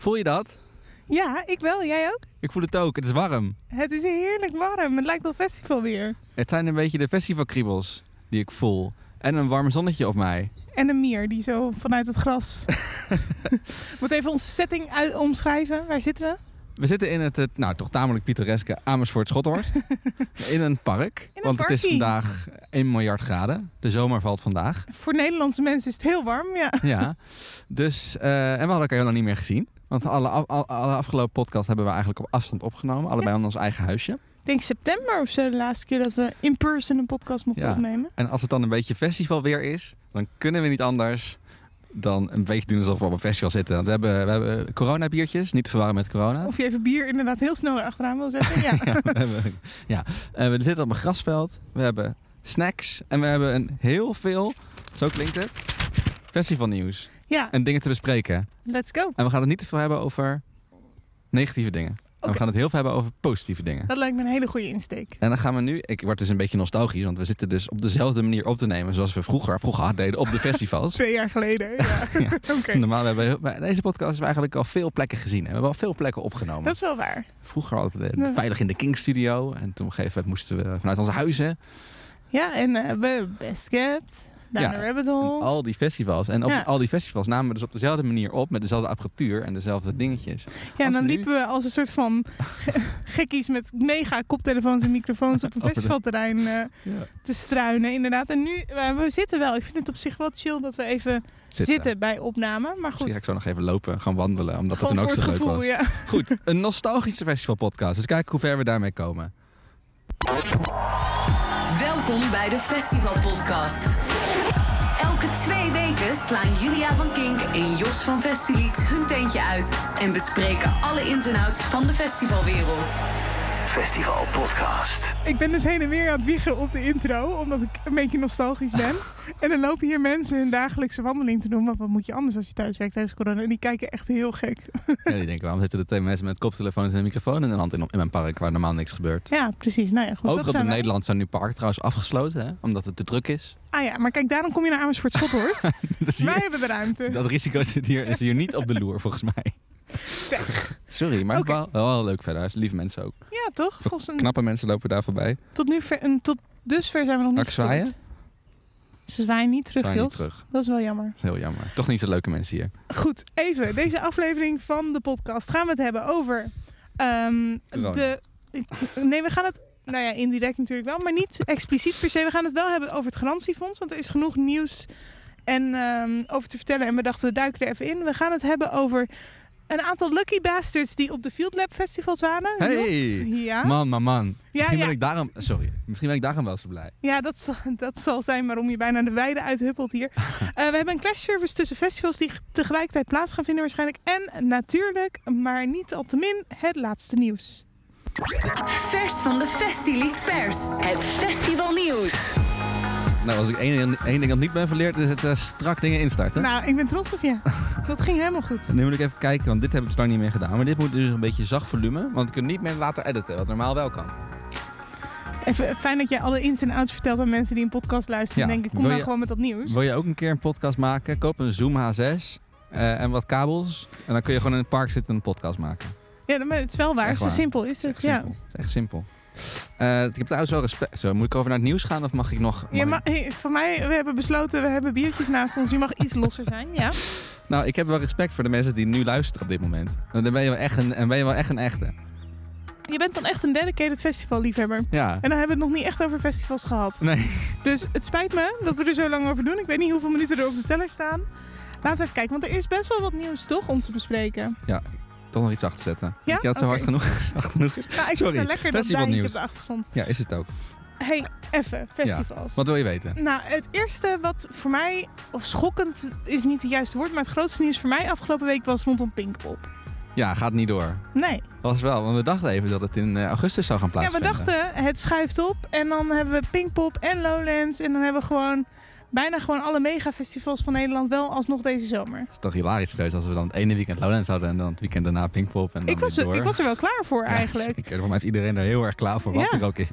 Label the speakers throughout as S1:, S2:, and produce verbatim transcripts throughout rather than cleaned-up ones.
S1: Voel je dat?
S2: Ja, ik wel. Jij ook?
S1: Ik voel het ook. Het is warm.
S2: Het is heerlijk warm. Het lijkt wel festival weer.
S1: Het zijn een beetje de festivalkriebels die ik voel. En een warm zonnetje op mij.
S2: En een mier die zo vanuit het gras... Moet even onze setting uit omschrijven. Waar zitten we?
S1: We zitten in het, het nou toch tamelijk pittoreske Amersfoort-Schothorst. In een park.
S2: In een
S1: want het is
S2: parkie.
S1: vandaag één miljard graden. De zomer valt vandaag.
S2: Voor Nederlandse mensen is het heel warm, ja.
S1: Ja. Dus, uh, en we hadden elkaar heel lang niet meer gezien. Want alle, alle, alle afgelopen podcasts hebben we eigenlijk op afstand opgenomen. Allebei
S2: Ja.
S1: in ons eigen huisje.
S2: Ik denk september of zo de laatste keer dat we in person een podcast mochten
S1: Ja.
S2: opnemen.
S1: En als het dan een beetje festivalweer is, dan kunnen we niet anders dan een beetje doen alsof we op een festival zitten. We hebben, we hebben corona-biertjes, niet te verwarren met corona.
S2: Of je even bier inderdaad heel snel erachteraan wil zetten. Ja.
S1: Ja, we, hebben, ja. Uh, we zitten op een grasveld, we hebben snacks en we hebben een heel veel, zo klinkt het, festivalnieuws.
S2: Ja,
S1: En dingen te bespreken.
S2: let's go.
S1: En we gaan het niet te veel hebben over negatieve dingen. En
S2: Oké.
S1: we gaan het heel veel hebben over positieve dingen.
S2: Dat lijkt me een hele goede insteek.
S1: En dan gaan we nu, ik word dus een beetje nostalgisch, want we zitten dus op dezelfde manier op te nemen zoals we vroeger, vroeger hard deden op de festivals.
S2: Twee jaar geleden. Ja.
S1: Ja.
S2: Oké,
S1: Normaal, we hebben, heel- bij deze podcast hebben we eigenlijk al veel plekken gezien. En we hebben al veel plekken opgenomen.
S2: dat is wel waar.
S1: Vroeger altijd eh,
S2: Ja.
S1: veilig in de King Studio. En toen op een gegeven moment moesten we vanuit onze huizen.
S2: Ja, en uh, we Best Kept, Down
S1: Ja,
S2: the Rabbit
S1: En
S2: Hole.
S1: al die festivals. En op
S2: Ja.
S1: al die festivals namen we dus op dezelfde manier op. Met dezelfde apparatuur en dezelfde dingetjes.
S2: Ja, en
S1: Als
S2: dan
S1: nu-
S2: liepen we als een soort van gekkies met mega koptelefoons en microfoons op een
S1: Over de-
S2: festivalterrein uh,
S1: Ja.
S2: te struinen, inderdaad. En nu, uh, we zitten wel. Ik vind het op zich wel chill dat we even zitten, bij opname. Maar
S1: Misschien
S2: goed,
S1: ga ik zo nog even lopen, gaan wandelen. Omdat het
S2: gewoon
S1: toen ook
S2: voor
S1: zo
S2: het
S1: leuk
S2: gevoel,
S1: was.
S2: ja.
S1: Goed, een nostalgische festivalpodcast. Dus kijken hoe ver we daarmee komen.
S3: Welkom bij de Festival Podcast. Elke twee weken slaan Julia van Kink en Jos van Festilied hun tentje uit en bespreken alle ins en outs van de festivalwereld.
S4: Festival Podcast.
S2: Ik ben dus heen en weer aan het wiegen op de intro, omdat ik een beetje nostalgisch ben. En dan lopen hier mensen hun dagelijkse wandeling te doen. Want wat moet je anders als je thuis werkt tijdens corona? En die kijken echt heel gek.
S1: Ja, die denken, waarom zitten er twee mensen met koptelefoons en een microfoon in de hand in, in mijn park waar normaal niks gebeurt?
S2: Ja, precies. Nou ja, goed. dat
S1: Overigens
S2: zijn
S1: in
S2: wij.
S1: Nederland zijn nu parken trouwens afgesloten, hè? Omdat het te druk is.
S2: Ah ja, maar kijk, daarom kom je naar Amersfoort-Schothorst.
S1: Dus hier-
S2: Wij hebben de ruimte.
S1: dat risico zit hier, is hier niet op de loer, volgens mij.
S2: Zeg.
S1: Sorry, maar
S2: Oké.
S1: wel, wel heel leuk verder. Lieve mensen ook.
S2: Ja, toch? Volgens een,
S1: Knappe mensen lopen daar voorbij.
S2: tot, nu ver, en tot dusver zijn we nog niet
S1: Mag ik zwaaien?
S2: gestopt. Ze zwaaien niet terug,
S1: Zwaaien niet
S2: Jos.
S1: terug.
S2: Dat is wel jammer.
S1: Dat is heel jammer. Toch niet zo leuke mensen hier.
S2: Goed, even. Deze aflevering van de podcast gaan we het hebben over... ehm,
S1: Corona.
S2: de, nee, we gaan het... Nou ja, indirect natuurlijk wel, maar niet expliciet per se. We gaan het wel hebben over het garantiefonds, want er is genoeg nieuws en, ehm, over te vertellen. En we dachten, we duiken er even in. We gaan het hebben over een aantal lucky bastards die op de Field Lab Festivals waren.
S1: Hey!
S2: Jos? Ja,
S1: Man, man, man. Misschien
S2: ja.
S1: ben ik daarom... Sorry. Misschien ben ik daarom wel zo blij.
S2: ja dat, zal, dat zal zijn waarom je bijna de weide uithuppelt hier. Uh, we hebben een clash service tussen festivals die tegelijkertijd plaats gaan vinden waarschijnlijk. En natuurlijk, maar niet al te min, het laatste nieuws.
S3: Vers van de Festilied Pers. Het festivalnieuws.
S1: Nou, als ik één, één ding dat niet ben verleerd, is het uh, strak dingen instarten.
S2: Nou, ik ben trots op je. Dat ging helemaal goed.
S1: Nu moet ik even kijken, want dit heb ik dus lang niet meer gedaan. Maar dit moet dus een beetje zacht volume, want ik kan niet meer later editen, wat normaal wel kan.
S2: Even fijn dat jij alle ins en outs vertelt aan mensen die een podcast luisteren.
S1: Ja.
S2: En denken, kom
S1: Wil
S2: nou
S1: je-
S2: gewoon met dat nieuws.
S1: Wil je ook een keer een podcast maken? Koop een Zoom H zes uh, en wat kabels. En dan kun je gewoon in het park zitten en een podcast maken.
S2: Ja, maar het is wel waar.
S1: echt
S2: Zo
S1: waar.
S2: simpel is het.
S1: Echt
S2: Ja.
S1: simpel. Het is echt simpel. Uh, ik heb trouwens wel respect. Zo, moet ik over naar het nieuws gaan of mag ik nog... Mag
S2: Ja,
S1: ik-
S2: maar hey, voor mij, we hebben besloten, we hebben biertjes naast ons. Je mag iets losser zijn, ja.
S1: Nou, ik heb wel respect voor de mensen die nu luisteren op dit moment. Dan ben je wel echt een, en ben je wel echt een echte.
S2: Je bent dan echt een dedicated festivalliefhebber.
S1: Ja.
S2: En dan hebben we het nog niet echt over festivals gehad.
S1: Nee.
S2: Dus het spijt me dat we er zo lang over doen. Ik weet niet hoeveel minuten er op de teller staan. Laten we even kijken, want er is best wel wat nieuws toch om te bespreken.
S1: Ja, toch nog iets achter zetten.
S2: Ja?
S1: Dat je het zo
S2: Oké.
S1: hard genoeg, hard genoeg is.
S2: Nou, ik vind
S1: Sorry,
S2: het lekker dat
S1: festivalnieuws.
S2: dijntje op de achtergrond.
S1: Ja, is het ook.
S2: Hey, even, festivals.
S1: Wat wil je weten?
S2: Nou, het eerste wat voor mij, of schokkend is niet het juiste woord, maar het grootste nieuws voor mij afgelopen week was rondom Pinkpop.
S1: Ja, gaat niet door.
S2: Nee.
S1: Was wel, want we dachten even dat het in uh, augustus zou gaan
S2: Ja, we
S1: plaatsvinden.
S2: dachten, het schuift op en dan hebben we Pinkpop en Lowlands en dan hebben we gewoon bijna gewoon alle megafestivals van Nederland wel alsnog deze zomer.
S1: Het is toch hilarisch geweest als we dan het ene weekend Lowlands hadden en dan het weekend daarna Pinkpop en dan
S2: Ik was,
S1: weer
S2: er,
S1: door.
S2: ik was er wel klaar voor
S1: Ja,
S2: eigenlijk.
S1: zeker. Voor mij is iedereen er heel erg klaar voor wat
S2: Ja.
S1: er ook is.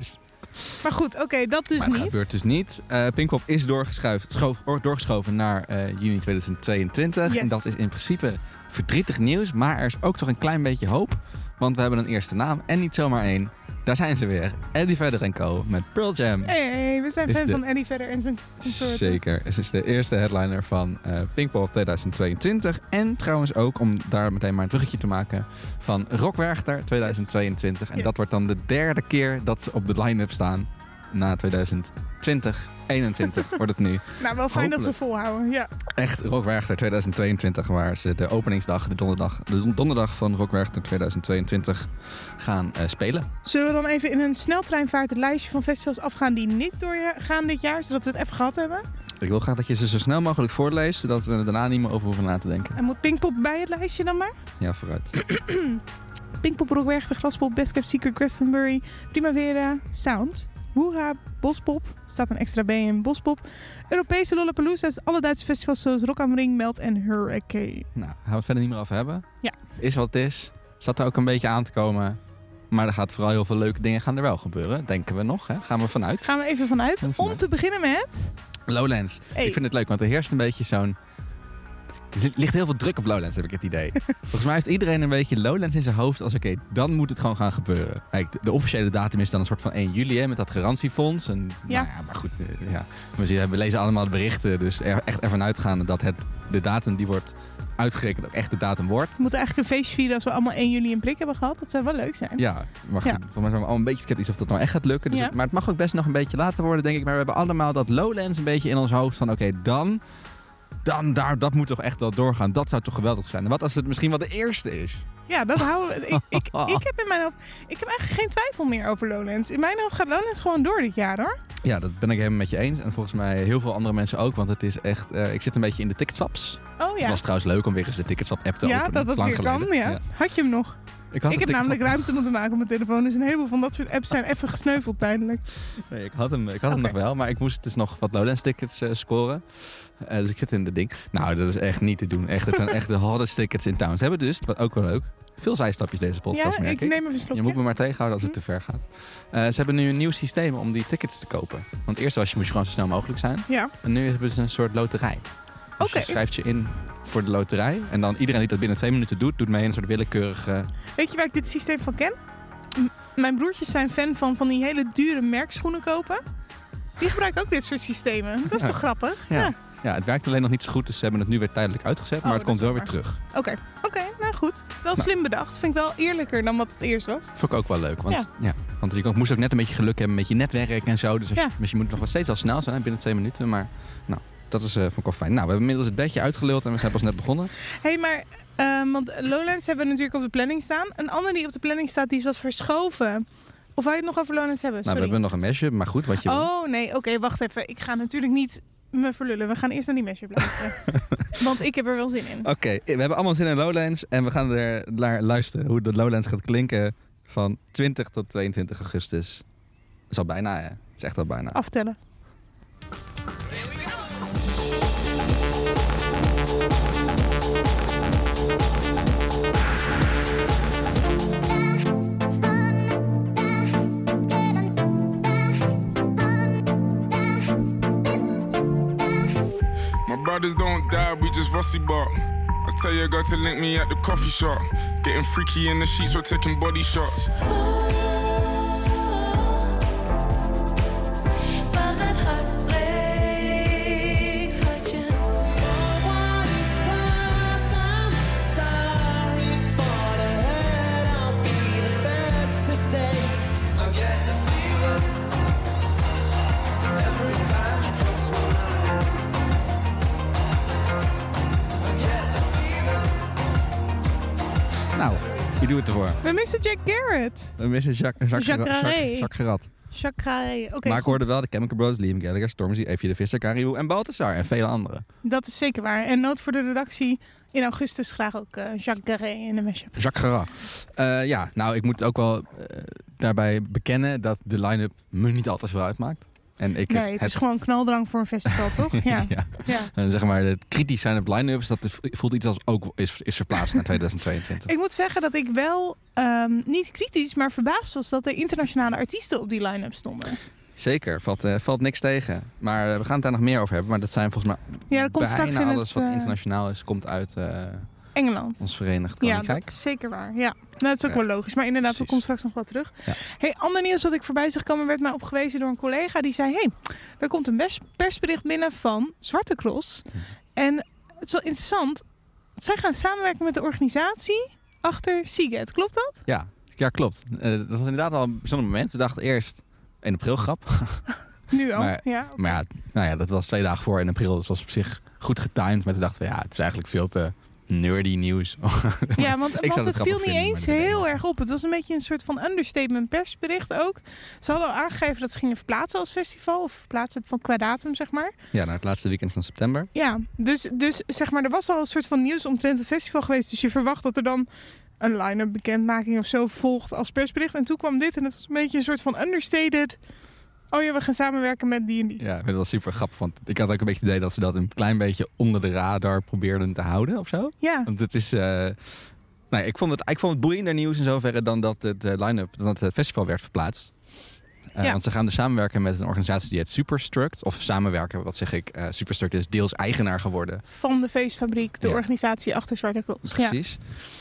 S2: Maar goed, oké, okay, dat dus
S1: maar dat
S2: niet.
S1: gebeurt dus niet. Uh, Pinkpop is doorgeschoven, schoof, doorgeschoven naar uh, juni tweeduizend tweeëntwintig.
S2: Yes.
S1: En dat is in principe verdrietig nieuws. Maar er is ook toch een klein beetje hoop. Want we hebben een eerste naam en niet zomaar één. Daar zijn ze weer. Eddie Vedder en Co. met Pearl Jam.
S2: Hey, we zijn
S1: is
S2: fan
S1: de...
S2: van Eddie Vedder en zijn consorten.
S1: Zeker. Het is de eerste headliner van uh, Pinkpop tweeduizend tweeëntwintig. En trouwens ook, om daar meteen maar een bruggetje te maken, van Rock Werchter tweeduizend tweeëntwintig. Yes. En yes. dat wordt dan de derde keer dat ze op de line-up staan na tweeduizend twintig. eenentwintig wordt het nu.
S2: Nou, wel fijn
S1: Hopelijk.
S2: dat ze volhouden, ja.
S1: Echt, Rock Werchter tweeduizend tweeëntwintig, waar ze de openingsdag, de donderdag, de donderdag van Rock Werchter tweeduizend tweeëntwintig gaan uh, spelen.
S2: Zullen we dan even in een sneltreinvaart het lijstje van festivals afgaan die niet doorgaan dit jaar, zodat we het even gehad hebben?
S1: Ik wil graag dat je ze zo snel mogelijk voorleest, zodat we er daarna niet meer over hoeven na te denken.
S2: En moet Pinkpop bij het lijstje dan maar?
S1: Ja, vooruit.
S2: Pinkpop, Rock Werchter, Graspop, Best Kept Secret, Glastonbury, Primavera, Sound, Woeha, Bospop, staat een extra B in Bospop, Europese Lollapalooza's, alle Duitse festivals zoals Rock am Ring, Melt en Hurricane.
S1: Nou, gaan we het verder niet meer over hebben.
S2: Ja.
S1: Is wat het is. Zat er ook een beetje aan te komen. Maar er gaat vooral heel veel leuke dingen gaan er wel gebeuren. Denken we nog, hè? Gaan we vanuit.
S2: Gaan we even vanuit.
S1: Even
S2: Om
S1: vanuit.
S2: te beginnen met...
S1: Lowlands.
S2: Hey.
S1: Ik vind het leuk, want er heerst een beetje zo'n... Er ligt heel veel druk op Lowlands, heb ik het idee. Volgens mij heeft iedereen een beetje Lowlands in zijn hoofd als oké, okay, dan moet het gewoon gaan gebeuren. Kijk, de, de officiële datum is dan een soort van één juli, hè, met dat garantiefonds. En,
S2: ja.
S1: Nou ja, maar goed, uh, ja. we, zien, we lezen allemaal de berichten, dus er, echt ervan uitgaande dat het, de datum die wordt uitgerekend ook echt de datum wordt.
S2: We moeten eigenlijk een feestje vieren als we allemaal één juli een prik hebben gehad. Dat zou wel leuk zijn.
S1: Ja, maar goed,
S2: Ja.
S1: voor mij zijn we al een beetje sceptisch of dat nou echt gaat lukken. Dus
S2: Ja.
S1: het, maar het mag ook best nog een beetje later worden, denk ik. Maar we hebben allemaal dat Lowlands een beetje in ons hoofd van oké, okay, dan... Dan, daar, dat moet toch echt wel doorgaan. Dat zou toch geweldig zijn. En wat als het misschien wel de eerste is?
S2: Ja, dat houden we. Ik, ik, ik heb in mijn hoofd... Ik heb eigenlijk geen twijfel meer over Lowlands. In mijn hoofd gaat Lowlands gewoon door dit jaar, hoor.
S1: Ja, dat ben ik helemaal met je eens. En volgens mij heel veel andere mensen ook. Want het is echt... Uh, ik zit een beetje in de ticketswaps.
S2: Oh ja.
S1: Het was trouwens leuk om weer eens de ticketswap-app te
S2: ja,
S1: openen.
S2: dat dat
S1: lang
S2: weer
S1: geleden.
S2: kan, ja.
S1: Ja.
S2: Had je hem nog?
S1: Ik, had
S2: ik heb namelijk ruimte moeten maken op mijn telefoon. Dus een heleboel van dat soort apps zijn even gesneuveld tijdelijk.
S1: Nee, ik had hem, ik had hem
S2: Okay.
S1: nog wel. Maar ik moest dus nog wat Lowlands tickets uh, scoren. Uh, dus ik zit in de ding. Nou, dat is echt niet te doen. Echt, het zijn echt de hottest tickets in town. Ze hebben dus, wat ook wel leuk, veel zijstapjes deze podcast,
S2: Ja,
S1: merk
S2: ik
S1: ik.
S2: neem even een slokje.
S1: Je moet me maar tegenhouden als het te ver gaat. Uh, ze hebben nu een nieuw systeem om die tickets te kopen. Want eerst was je, moest je gewoon zo snel mogelijk zijn.
S2: Ja.
S1: En nu hebben ze een soort loterij. Dus
S2: Oké.
S1: je schrijft je in voor de loterij. En dan iedereen die dat binnen twee minuten doet, doet mee in een soort willekeurige...
S2: Weet je waar ik dit systeem van ken? M- mijn broertjes zijn fan van van die hele dure merkschoenen kopen. Die gebruiken ook dit soort systemen. Dat is
S1: Ja.
S2: toch grappig?
S1: Ja.
S2: Ja.
S1: Ja, het werkt alleen nog niet zo goed, dus ze hebben het nu weer tijdelijk uitgezet.
S2: Oh,
S1: maar het
S2: dat
S1: komt
S2: is
S1: wel weer
S2: jammer.
S1: terug.
S2: Oké, oké, nou goed. Wel
S1: Nou.
S2: slim bedacht. Vind ik wel eerlijker dan wat het eerst was.
S1: Vond ik ook wel leuk. Want,
S2: Ja.
S1: ja. want je moest ook net een beetje geluk hebben met je netwerk en zo. Dus, als je,
S2: Ja.
S1: dus je moet nog wel steeds wel snel zijn, hè, binnen twee minuten. Maar nou, dat is, uh, vond ik wel fijn. Nou, we hebben inmiddels het bedje uitgeluld en we zijn pas net begonnen.
S2: Hé, hey, maar... Uh, want Lowlands hebben we natuurlijk op de planning staan. Een ander die op de planning staat, die is wat verschoven. Of wou je het nog over Lowlands hebben?
S1: Nou,
S2: Sorry.
S1: we hebben nog een mashup, maar goed, wat je wil.
S2: Oh, nee. Oké, okay, wacht even. Ik ga natuurlijk niet me verlullen. We gaan eerst naar die mashup luisteren. Want ik heb er wel zin in.
S1: Oké, okay, we hebben allemaal zin in Lowlands. En we gaan er naar luisteren hoe de Lowlands gaat klinken van twintig tot tweeëntwintig augustus. Dat is al bijna, hè? Dat is echt al bijna.
S2: Aftellen.
S5: Brothers don't die, we just rusty bark. I tell your girl to link me at the coffee shop. Getting freaky in the sheets, we're taking body shots.
S1: Nou, wie doet het ervoor?
S2: We missen Jack Garrett.
S1: We missen Jacques, Jacques,
S2: Jacques
S1: Jacques,
S2: Garret.
S1: Jacques Gerard.
S2: Jacques Garret. Oké,
S1: maar ik
S2: goed.
S1: hoorde wel de Chemical Brothers, Liam Gallagher, Stormzy, Evie de Visser, Caribou en Balthazar en vele anderen.
S2: Dat is zeker waar. En nood voor de redactie. In augustus graag ook uh, Jacques Garret in de mashup.
S1: Jacques Gerard. Uh, ja, nou, ik moet ook wel uh, daarbij bekennen dat de line-up me niet altijd veel uitmaakt. En ik
S2: Nee, het is gewoon knaldrang voor een festival, toch? Ja.
S1: ja.
S2: ja.
S1: En zeg maar, het kritisch zijn op line-ups, dat voelt iets als ook is, is verplaatst naar tweeduizend tweeëntwintig.
S2: Ik moet zeggen dat ik wel um, niet kritisch, maar verbaasd was dat er internationale artiesten op die line-up stonden.
S1: Zeker, valt, uh, valt niks tegen. Maar uh, we gaan het daar nog meer over hebben. Maar dat zijn volgens mij
S2: ja, dat komt
S1: bijna
S2: straks in
S1: alles
S2: het, uh,
S1: wat internationaal is, komt uit uh,
S2: Engeland.
S1: ons Verenigd
S2: Ja,
S1: Koninkrijk.
S2: dat is zeker waar. Ja, nou, dat is ook
S1: Ja.
S2: wel logisch. Maar inderdaad, dat
S1: Precies.
S2: komt straks nog wel terug.
S1: Ja.
S2: Hey, ander nieuws wat ik voorbij zag komen werd mij opgewezen door een collega. Die zei, hey, er komt een bers- persbericht binnen van Zwarte Cross.
S1: Hm.
S2: En het is wel interessant. Zij gaan samenwerken met de organisatie achter Seagate. Klopt dat?
S1: Ja, ja klopt. Uh, dat was inderdaad wel een bijzonder moment. We dachten eerst één april grap.
S2: Nu al,
S1: Maar-
S2: ja.
S1: Maar ja, nou ja, dat was twee dagen voor één april. Dus was op zich goed getimed. Maar toen dachten we, ja, het is eigenlijk veel te nerdy nieuws.
S2: Ja, want,
S1: zou
S2: want
S1: het
S2: het viel
S1: grappig
S2: niet
S1: vinden,
S2: eens
S1: maar dat deed
S2: heel
S1: ik
S2: erg op. Het was een beetje een soort van understatement persbericht ook. Ze hadden al aangegeven dat ze gingen verplaatsen als festival. Of verplaatsen van qua datum, zeg maar.
S1: Ja, naar het laatste weekend van september.
S2: Ja, dus, dus zeg maar, er was al een soort van nieuws omtrent het festival geweest. Dus je verwacht dat er dan een line-up bekendmaking of zo volgt als persbericht. En toen kwam dit en het was een beetje een soort van understated. Oh ja, we gaan samenwerken met die en die.
S1: Ja, ik vind het wel super grappig. Want ik had ook een beetje het idee dat ze dat een klein beetje onder de radar probeerden te houden of zo.
S2: Ja,
S1: Want het is... Uh, nou, ik, vond het, ik vond het boeiender nieuws in zoverre dan dat het uh, line-up, dan dat het festival werd verplaatst. Uh,
S2: Ja.
S1: Want ze gaan dus samenwerken met een organisatie die heet Superstruct. Of samenwerken, wat zeg ik. Uh, Superstruct is deels eigenaar geworden.
S2: van de feestfabriek, de
S1: Ja.
S2: organisatie achter Zwarte Cross. Ja.
S1: Precies.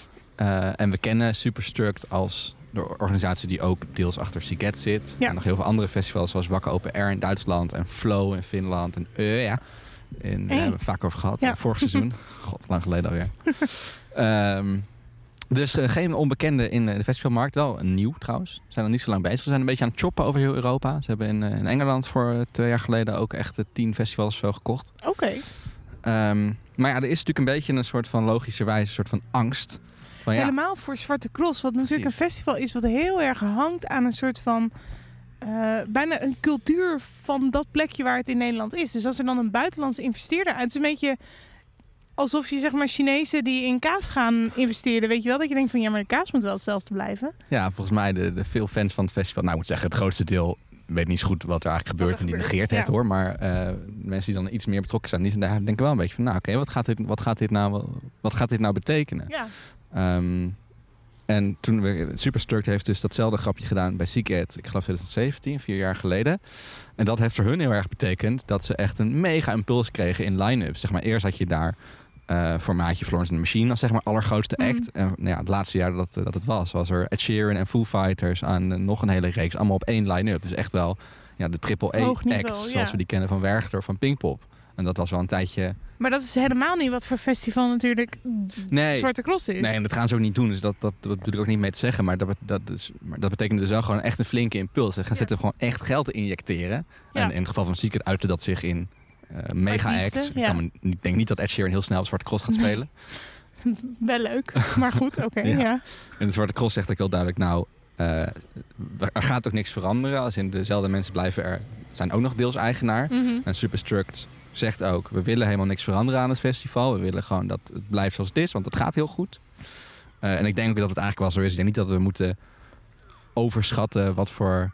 S1: Uh, en we kennen Superstruct als de organisatie die ook deels achter Seagate zit.
S2: Ja.
S1: En nog heel veel andere festivals zoals Wakker Open Air in Duitsland en Flow in Finland. En uh, ja, in, daar
S2: Hey.
S1: hebben we het vaak over gehad.
S2: Ja.
S1: Vorig seizoen. God, lang geleden alweer. um, dus uh, geen onbekende in uh, de festivalmarkt. Wel een nieuw trouwens. Ze zijn nog niet zo lang bezig. Ze zijn een beetje aan het choppen over heel Europa. Ze hebben in, uh, in Engeland voor uh, twee jaar geleden ook echt uh, tien festivals zo gekocht.
S2: Oké.
S1: Um, maar ja, er is natuurlijk een beetje een soort van logischerwijze een soort van angst. Van, ja,
S2: Helemaal voor Zwarte Cross. Wat natuurlijk
S1: Precies.
S2: een festival is wat heel erg hangt aan een soort van... Uh, bijna een cultuur van dat plekje waar het in Nederland is. Dus als er dan een buitenlandse investeerder... Het is een beetje alsof je zeg maar Chinezen die in kaas gaan investeren. Weet je wel? Dat je denkt van ja, maar de kaas moet wel hetzelfde blijven.
S1: Ja, volgens mij de, de veel fans van het festival... Nou, ik moet zeggen, het grootste deel weet niet zo goed wat er eigenlijk gebeurt
S2: er
S1: en die
S2: gebeurt,
S1: negeert het
S2: ja.
S1: hoor. Maar uh, mensen die dan iets meer betrokken zijn, die zijn daar denken wel een beetje van... Nou oké, okay, wat, gaat dit, wat, gaat dit nou, wat gaat dit nou betekenen?
S2: Ja.
S1: Um, en toen we, Superstruct heeft dus datzelfde grapje gedaan bij Seagate, ik geloof twintig zeventien, vier jaar geleden. En dat heeft voor hun heel erg betekend dat ze echt een mega impuls kregen in line-up. Zeg maar, eerst had je daar uh, formaatje Florence and the Machine als zeg maar allergrootste act. Mm. En nou ja, het laatste jaar dat, dat het was, was er Ed Sheeran en Foo Fighters aan uh, nog een hele reeks, allemaal op één line-up. Dus echt wel ja, de triple A acts zoals
S2: ja.
S1: we die kennen van Werchter, van Pinkpop. En dat was wel een tijdje...
S2: Maar dat is helemaal niet wat voor festival natuurlijk
S1: nee.
S2: Zwarte Cross is.
S1: Nee, en dat gaan ze ook niet doen. Dus dat, dat, dat bedoel ik ook niet mee te zeggen. Maar dat, dat, is, maar dat betekent dus wel gewoon echt een flinke impuls. Ze gaan
S2: Ja.
S1: zitten gewoon echt geld te injecteren.
S2: Ja.
S1: En in het geval van Secret uitte dat zich in uh, mega-acts.
S2: Artiesten,
S1: Ik,
S2: ja.
S1: kan me, ik denk niet dat Ed Sheeran heel snel op Zwarte Cross gaat spelen.
S2: Wel leuk, maar goed, oké. Okay,
S1: Ja.
S2: ja.
S1: En de Zwarte Cross zegt ook heel duidelijk... Nou, uh, er gaat ook niks veranderen. Als in dezelfde mensen blijven er... zijn ook nog deels eigenaar.
S2: Mm-hmm.
S1: En Superstruct zegt ook... we willen helemaal niks veranderen aan het festival. We willen gewoon dat het blijft zoals het is. Want het gaat heel goed. Uh, en ik denk ook dat het eigenlijk wel zo is. Ik denk niet dat we moeten overschatten... wat voor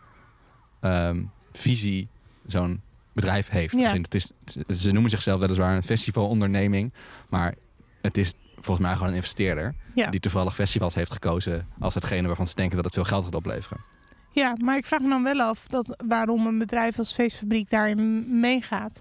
S1: um, visie zo'n bedrijf heeft.
S2: Ja.
S1: Dus het is, ze noemen zichzelf weliswaar een festivalonderneming. Maar het is volgens mij gewoon een investeerder...
S2: Ja.
S1: die toevallig festivals heeft gekozen... als hetgene waarvan ze denken dat het veel geld gaat opleveren.
S2: Ja, maar ik vraag me dan wel af dat waarom een bedrijf als Feestfabriek daarin meegaat.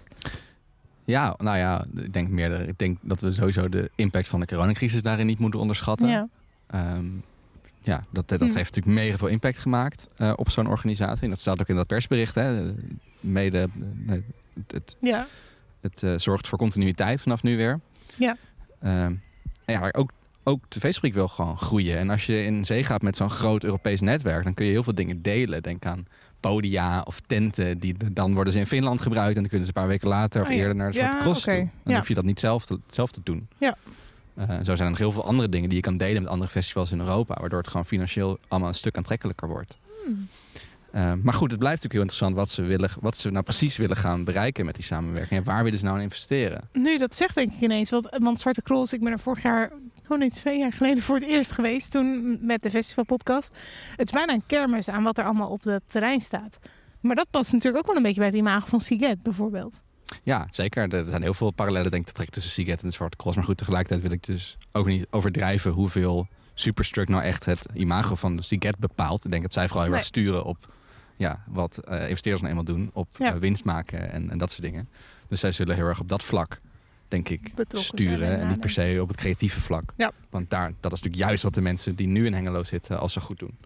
S1: Ja, nou ja, ik denk meer. Ik denk dat we sowieso de impact van de coronacrisis daarin niet moeten onderschatten.
S2: Ja.
S1: Um, ja, dat, dat
S2: Hmm.
S1: heeft natuurlijk mega veel impact gemaakt uh, op zo'n organisatie. En dat staat ook in dat persbericht. Hè. Mede, uh, het, het,
S2: Ja.
S1: het uh, zorgt voor continuïteit vanaf nu weer.
S2: Ja.
S1: Um, en ja, ook, ook de Feestfabriek wil gewoon groeien. En als je in zee gaat met zo'n groot Europees netwerk, dan kun je heel veel dingen delen. Denk aan podia of tenten. Die, dan worden ze in Finland gebruikt en dan kunnen ze een paar weken later of
S2: Oh ja.
S1: eerder naar de Zwarte
S2: Ja,
S1: Cross
S2: oké.
S1: toe. Dan
S2: Ja.
S1: hoef je dat niet zelf te, zelf te doen.
S2: Ja.
S1: Uh, zo zijn er nog heel veel andere dingen die je kan delen met andere festivals in Europa. Waardoor het gewoon financieel allemaal een stuk aantrekkelijker wordt.
S2: Hmm.
S1: Uh, maar goed, het blijft natuurlijk heel interessant wat ze, willen, wat ze nou precies willen gaan bereiken met die samenwerking. En waar willen ze nou aan investeren?
S2: Nu dat zegt denk ik ineens. Want, want Zwarte Cross, ik ben er vorig jaar, oh nee, twee jaar geleden voor het eerst geweest. Toen met de festivalpodcast. Het is bijna een kermis aan wat er allemaal op het terrein staat. Maar dat past natuurlijk ook wel een beetje bij het imago van Sziget bijvoorbeeld.
S1: Ja, zeker. Er zijn heel veel parallellen denk ik te trekken tussen Sziget en de Zwarte Cross. Maar goed, tegelijkertijd wil ik dus ook niet overdrijven hoeveel Superstruck nou echt het imago van Sziget bepaalt. Ik denk dat zij vooral heel
S2: Nee.
S1: erg sturen op ja, wat uh, investeerders nou eenmaal doen. Op
S2: Ja.
S1: uh, winst maken en, en dat soort dingen. Dus zij zullen heel erg op dat vlak, denk ik,
S2: Betrokken
S1: sturen.
S2: zijn en
S1: En niet per se op het creatieve vlak.
S2: Ja.
S1: Want daar, dat is natuurlijk juist wat de mensen die nu in Hengelo zitten al zo goed doen.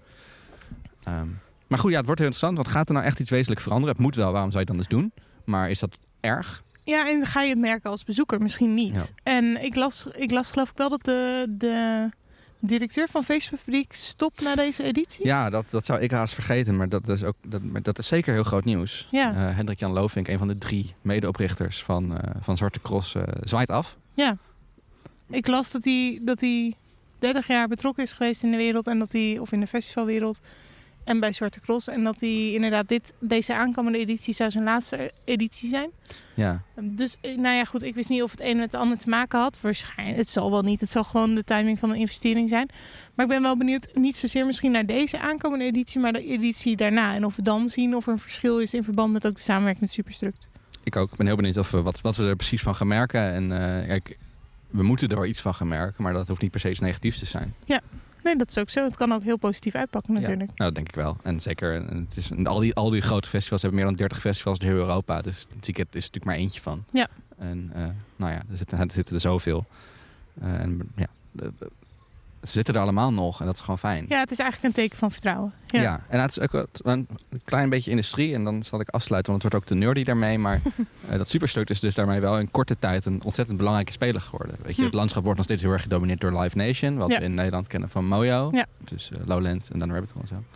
S1: Um, maar goed, ja, het wordt heel interessant. Want gaat er nou echt iets wezenlijk veranderen? Het moet wel, waarom zou je het dan dus doen? Maar is dat erg?
S2: Ja, en ga je het merken als bezoeker? Misschien niet.
S1: Ja.
S2: En ik las, ik las geloof ik wel dat de, de directeur van Feestfabriek stopt na deze editie.
S1: Ja, dat, dat zou ik haast vergeten. Maar dat is, ook, dat, maar dat is zeker heel groot nieuws.
S2: Ja.
S1: Uh, Hendrik-Jan Lovink, een van de drie medeoprichters van, uh, van Zwarte Cross, uh, zwaait af.
S2: Ja. Ik las dat hij, dat hij dertig jaar betrokken is geweest in de wereld. En dat hij, of in de festivalwereld. En bij Zwarte Cross. En dat hij inderdaad dit, deze aankomende editie zou zijn laatste editie zijn.
S1: Ja.
S2: Dus, nou ja, goed. Ik wist niet of het een met het ander te maken had. Waarschijnlijk. Het zal wel niet. Het zal gewoon de timing van een investering zijn. Maar ik ben wel benieuwd. Niet zozeer misschien naar deze aankomende editie. Maar de editie daarna. En of we dan zien of er een verschil is in verband met ook de samenwerking met Superstruct.
S1: Ik ook. Ik ben heel benieuwd of we, wat, wat we er precies van gaan merken. En uh, kijk, we moeten er wel iets van gaan merken. Maar dat hoeft niet per se iets negatiefs te zijn.
S2: Ja. Nee, dat is ook zo. Het kan ook heel positief uitpakken natuurlijk.
S1: Ja, nou, dat denk ik wel. En zeker, het is, al, die, al die grote festivals hebben meer dan dertig festivals in heel Europa. Dus Sziget is natuurlijk maar eentje van.
S2: Ja.
S1: En uh, nou ja, er zitten, er zitten er zoveel. Uh, en ja, de, de, ze zitten er allemaal nog en dat is gewoon fijn.
S2: Ja, het is eigenlijk een teken van vertrouwen. Ja,
S1: ja en het is ook wat, een klein beetje industrie. En dan zal ik afsluiten, want het wordt ook te nerdy daarmee. Maar uh, dat Superstruct is dus daarmee wel in korte tijd een ontzettend belangrijke speler geworden. Weet je,
S2: Hm.
S1: het landschap wordt nog steeds heel erg gedomineerd door Live Nation. Wat
S2: Ja.
S1: we in Nederland kennen van Mojo.
S2: Ja.
S1: Dus uh, Lowlands en dan Rabbit Hole en zo.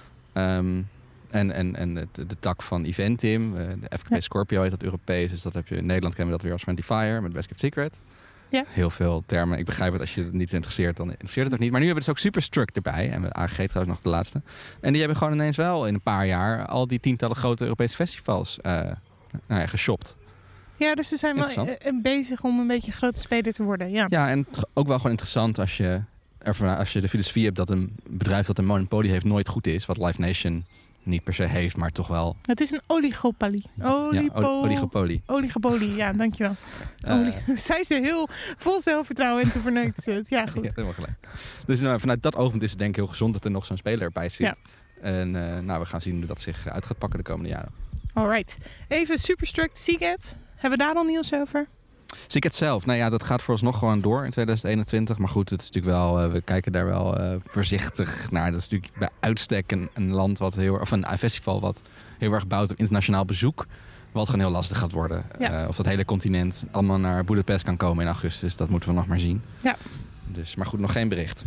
S1: Um, en en, en de, de tak van Eventim. Uh, de F K P
S2: Ja.
S1: Scorpio heet dat Europees. Dus dat heb je in Nederland kennen we dat weer als Friendly Fire met Best Kept Secret.
S2: Ja.
S1: Heel veel termen. Ik begrijp het, als je het niet interesseert, dan interesseert het ook niet. Maar nu hebben we dus ook Superstruck erbij. En met A G G trouwens nog de laatste. En die hebben gewoon ineens wel in een paar jaar al die tientallen grote Europese festivals uh, nou ja, geshopt.
S2: Ja, dus ze zijn wel
S1: Interessant.
S2: uh, bezig om een beetje een grote speler te worden. Ja.
S1: Ja, en t- ook wel gewoon interessant als je, ervan, als je de filosofie hebt dat een bedrijf dat een monopolie heeft nooit goed is. Wat Live Nation niet per se heeft, maar toch wel.
S2: Het is een oligopolie. Olipo-
S1: Ja, o- oligopolie.
S2: Oligopolie, ja, dankjewel.
S1: Uh,
S2: Oli- Zij ze heel vol zelfvertrouwen en toen verneukt ze het. Ja,
S1: Je
S2: goed.
S1: hebt helemaal gelijk. Dus nou, vanuit dat oogpunt is het denk ik heel gezond dat er nog zo'n speler bij zit.
S2: Ja.
S1: En uh, nou, we gaan zien hoe dat zich uit gaat pakken de komende jaren.
S2: Alright. Even Superstruct, Sziget. Hebben we daar al nieuws over?
S1: Sziget zelf, nou ja, dat gaat vooralsnog gewoon door in twintig eenentwintig. Maar goed, het is natuurlijk wel, uh, we kijken daar wel uh, voorzichtig naar. Dat is natuurlijk bij uitstek een, een land wat heel, of een festival wat heel erg bouwt op internationaal bezoek. Wat gewoon heel lastig gaat worden.
S2: Ja.
S1: Uh, of dat hele continent allemaal naar Boedapest kan komen in augustus, dat moeten we nog maar zien.
S2: Ja.
S1: Dus, maar goed, nog geen bericht.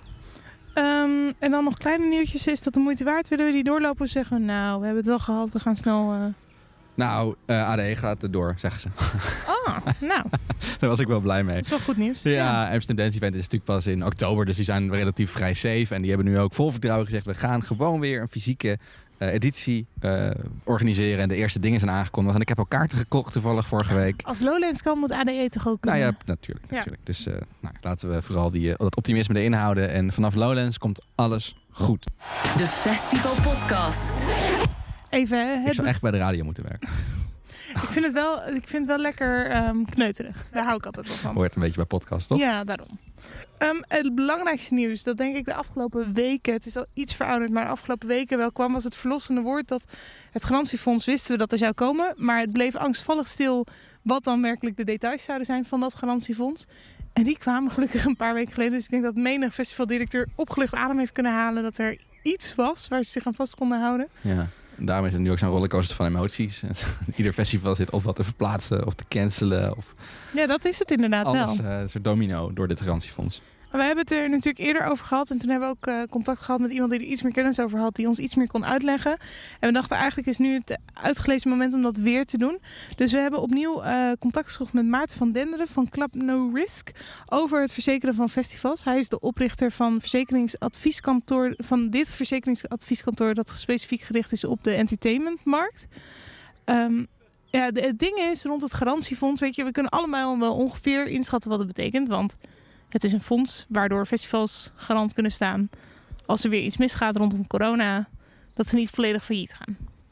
S2: Um, en dan nog kleine nieuwtjes. Is dat de moeite waard? Willen we die doorlopen of zeggen we, nou, we hebben het wel gehad. We gaan snel... Uh...
S1: Nou, uh, A D E gaat er door, zeggen ze.
S2: Oh, nou.
S1: Daar was ik wel blij mee.
S2: Dat is wel goed nieuws.
S1: Ja, ja. Amsterdam Dance Event is natuurlijk pas in oktober. Dus die zijn relatief vrij safe. En die hebben nu ook vol vertrouwen gezegd... we gaan gewoon weer een fysieke uh, editie uh, organiseren. En de eerste dingen zijn aangekondigd. En ik heb al kaarten gekocht toevallig vorige week.
S2: Als Lowlands kan, moet A D E toch ook kunnen?
S1: Nou ja, natuurlijk.
S2: Ja.
S1: natuurlijk. Dus uh, nou, laten we vooral die, uh, dat optimisme erin houden. En vanaf Lowlands komt alles goed.
S3: De Festival Podcast.
S2: Even, hè,
S1: Ik
S2: het...
S1: zou echt bij de radio moeten werken.
S2: ik, vind het wel, ik vind het wel lekker um, kneuterig. Daar hou ik altijd wel van.
S1: Hoort een beetje bij podcast, toch?
S2: Ja, daarom. Um, het belangrijkste nieuws, dat denk ik de afgelopen weken, het is al iets verouderd, maar de afgelopen weken wel kwam, was het verlossende woord dat het garantiefonds wisten we dat er zou komen. Maar het bleef angstvallig stil wat dan werkelijk de details zouden zijn van dat garantiefonds. En die kwamen gelukkig een paar weken geleden. Dus ik denk dat menig festivaldirecteur opgelucht adem heeft kunnen halen dat er iets was waar ze zich aan vast konden houden.
S1: Ja. En daarom is het nu ook zo'n rollercoaster van emoties. Ieder festival zit of wat te verplaatsen of te cancelen. Of
S2: Ja, dat is het inderdaad
S1: alles
S2: wel.
S1: uh, een soort domino door dit garantiefonds.
S2: We hebben het er natuurlijk eerder over gehad. En toen hebben we ook uh, contact gehad met iemand die er iets meer kennis over had. Die ons iets meer kon uitleggen. En we dachten eigenlijk is nu het uitgelezen moment om dat weer te doen. Dus we hebben opnieuw uh, contact gezocht met Maarten van Denderen van Club No Risk. Over het verzekeren van festivals. Hij is de oprichter van, verzekeringsadvieskantoor, van dit verzekeringsadvieskantoor. Dat specifiek gericht is op de entertainmentmarkt. Um, ja, de, het ding is rond het garantiefonds. Weet je, we kunnen allemaal wel ongeveer inschatten wat het betekent. Want het is een fonds waardoor festivals garant kunnen staan als er weer iets misgaat rondom corona, dat ze niet volledig failliet gaan.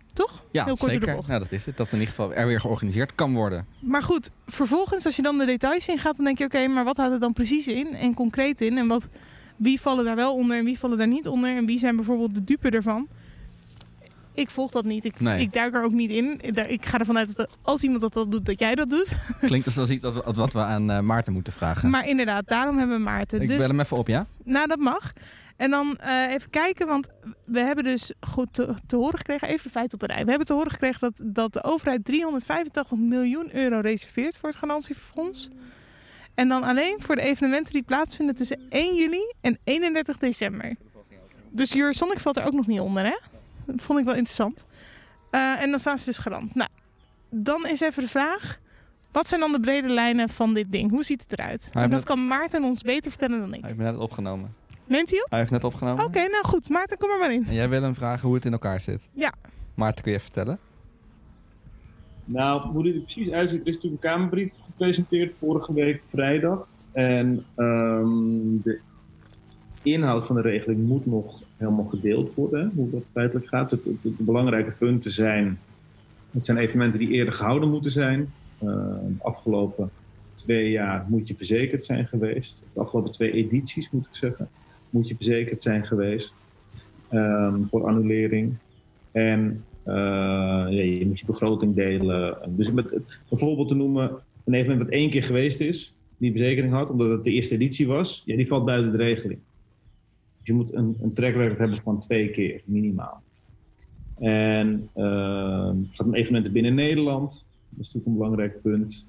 S2: Toch?
S1: Ja,
S2: Heel kort door de
S1: zeker.
S2: bocht.
S1: Nou, dat is het. Dat in ieder geval er weer georganiseerd kan worden.
S2: Maar goed, vervolgens als je dan de details ingaat, dan denk je, oké, okay, maar wat houdt het dan precies in en concreet in? En wat, wie vallen daar wel onder en wie vallen daar niet onder? En wie zijn bijvoorbeeld de dupe ervan? Ik volg dat niet. Ik,
S1: Nee.
S2: ik duik er ook niet in. Ik ga ervan uit dat als iemand dat, dat doet, dat jij dat doet.
S1: Klinkt als iets wat, wat we aan uh, Maarten moeten vragen.
S2: Maar inderdaad, daarom hebben we Maarten.
S1: Ik
S2: dus,
S1: bel hem even op, ja?
S2: Nou, dat mag. En dan uh, even kijken, want we hebben dus goed te, te horen gekregen, even de feiten op een rij. We hebben te horen gekregen dat, dat de overheid driehonderdvijfentachtig miljoen euro reserveert voor het garantiefonds. En dan alleen voor de evenementen die plaatsvinden tussen één juli en eenendertig december. Dus Eurosonic valt er ook nog niet onder, hè? Dat vond ik wel interessant. Uh, en dan staan ze dus garant. Nou, dan is even de vraag, wat zijn dan de brede lijnen van dit ding? Hoe ziet het eruit? En dat net... kan Maarten ons beter vertellen dan ik.
S1: Hij heeft me net opgenomen.
S2: Neemt hij op?
S1: Hij heeft net opgenomen.
S2: Oké, okay, nou goed. Maarten, kom er maar in.
S1: En jij wil hem vragen hoe het in elkaar zit?
S2: Ja.
S1: Maarten, kun je even vertellen?
S6: Nou, hoe dit er precies uitziet, er is natuurlijk een Kamerbrief gepresenteerd vorige week vrijdag. En um, de inhoud van de regeling moet nog helemaal gedeeld worden, hoe dat feitelijk gaat. Het, het, de belangrijke punten zijn, het zijn evenementen die eerder gehouden moeten zijn. Uh, de afgelopen twee jaar moet je verzekerd zijn geweest. De afgelopen twee edities, moet ik zeggen, moet je verzekerd zijn geweest um, voor annulering. En uh, ja, je moet je begroting delen. Dus met, bijvoorbeeld te noemen, een evenement wat één keer geweest is, die verzekering had, omdat het de eerste editie was, ja, die valt buiten de regeling. Dus je moet een, een track record hebben van twee keer, minimaal. En uh, er gaat een evenement binnen Nederland. Dat is natuurlijk een belangrijk punt.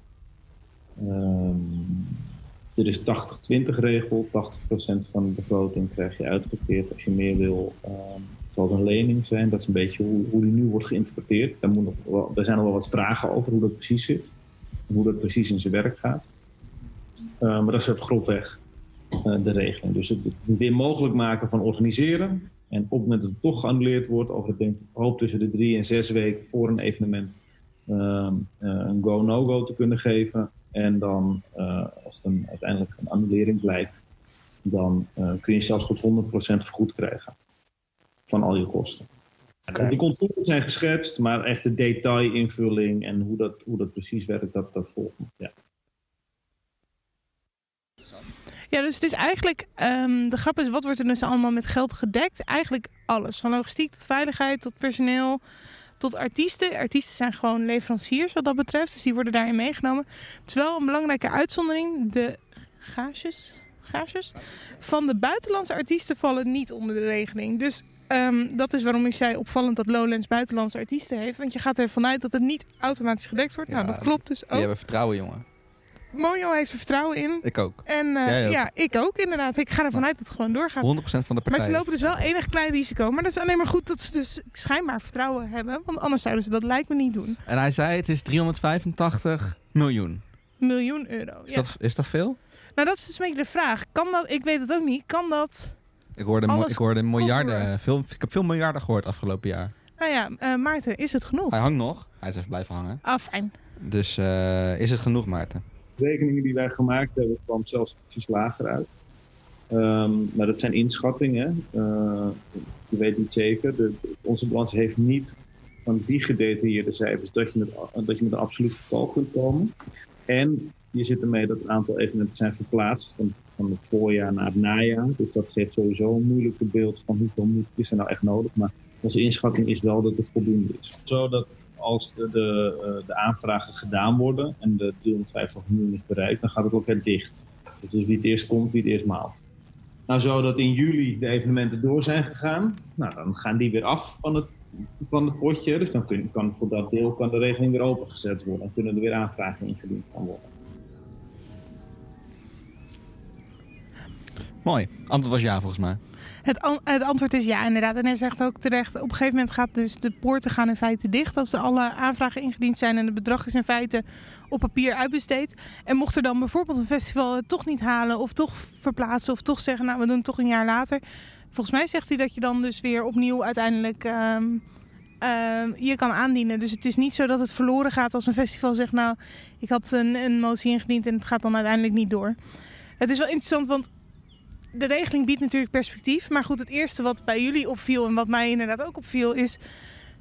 S6: Um, er is tachtig twintig regel. tachtig procent van de begroting krijg je uitgekeerd. Als je meer wil, um, zal het een lening zijn. Dat is een beetje hoe, hoe die nu wordt geïnterpreteerd. Daar, moet nog wel, daar zijn nog wel wat vragen over hoe dat precies zit. En hoe dat precies in zijn werk gaat. Uh, maar dat is even grofweg uh, de regeling. Dus het weer mogelijk maken van organiseren. En op het moment dat het toch geannuleerd wordt, over het denk ik hoop tussen de drie en zes weken voor een evenement, uh, uh, een go-no-go te kunnen geven. En dan, uh, als het een, uiteindelijk een annulering blijkt, dan uh, kun je zelfs tot honderd procent vergoed krijgen van al je kosten. Okay. Die contouren zijn geschetst, maar echt de detailinvulling en hoe dat, hoe dat precies werkt, dat, dat volgt nog. Ja.
S2: Ja, dus het is eigenlijk, um, de grap is, wat wordt er dus allemaal met geld gedekt? Eigenlijk alles, van logistiek tot veiligheid, tot personeel, tot artiesten. Artiesten zijn gewoon leveranciers wat dat betreft, dus die worden daarin meegenomen. Het is wel een belangrijke uitzondering, de gages, gages van de buitenlandse artiesten vallen niet onder de regeling. Dus um, dat is waarom ik zei opvallend dat Lowlands buitenlandse artiesten heeft, want je gaat ervan uit dat het niet automatisch gedekt wordt. Ja, nou, dat klopt dus ook.
S1: Die hebben vertrouwen, jongen.
S2: Mojo heeft er vertrouwen in.
S1: Ik ook.
S2: En uh,
S1: ook.
S2: ja, ik ook inderdaad. Ik ga ervan uit dat het gewoon doorgaat.
S1: honderd procent van de partijen.
S2: Maar ze lopen dus wel enig klein risico. Maar dat is alleen maar goed dat ze dus schijnbaar vertrouwen hebben. Want anders zouden ze dat lijkt me niet doen.
S1: En hij zei het is driehonderdvijfentachtig miljoen.
S2: Miljoen euro,
S1: is
S2: ja.
S1: Dat, is dat veel?
S2: Nou, dat is dus een beetje de vraag. Kan dat, ik weet het ook niet, kan dat
S1: Ik hoorde, mo- ik hoorde miljarden. Veel, ik heb veel miljarden gehoord afgelopen jaar.
S2: Nou ja, uh, Maarten, is het genoeg?
S1: Hij hangt nog. Hij is even blijven hangen.
S2: Ah, fijn.
S1: Dus uh, is het genoeg, Maarten?
S6: De rekeningen die wij gemaakt hebben, kwam zelfs precies lager uit. Um, maar dat zijn inschattingen. Uh, je weet niet zeker. De, de, onze balans heeft niet van die gedetailleerde cijfers dat je met, dat je met een absoluut getal kunt komen. En je zit ermee dat een aantal evenementen zijn verplaatst van, van het voorjaar naar het najaar. Dus dat geeft sowieso een moeilijke beeld van hoeveel moet is er nou echt nodig. Maar onze inschatting is wel dat het voldoende is. Zodat als de, de, de aanvragen gedaan worden en de driehonderdvijftig miljoen is bereikt, dan gaat het ook weer dicht. Dus wie het eerst komt, wie het eerst maalt. Nou, zodat in juli de evenementen door zijn gegaan, nou, dan gaan die weer af van het, van het potje. Dus dan kun, kan voor dat deel kan de regeling weer opengezet worden. Dan kunnen er weer aanvragen ingediend gaan worden.
S1: Mooi. Antwoord was ja, volgens mij.
S2: Het, an- het antwoord is ja, inderdaad. En hij zegt ook terecht, op een gegeven moment gaat dus de poorten gaan in feite dicht als er alle aanvragen ingediend zijn en het bedrag is in feite op papier uitbesteed. En mocht er dan bijvoorbeeld een festival het toch niet halen of toch verplaatsen of toch zeggen, nou we doen het toch een jaar later. Volgens mij zegt hij dat je dan dus weer opnieuw uiteindelijk um, uh, je kan aandienen. Dus het is niet zo dat het verloren gaat als een festival zegt, nou ik had een, een motie ingediend en het gaat dan uiteindelijk niet door. Het is wel interessant, want de regeling biedt natuurlijk perspectief. Maar goed, het eerste wat bij jullie opviel en wat mij inderdaad ook opviel is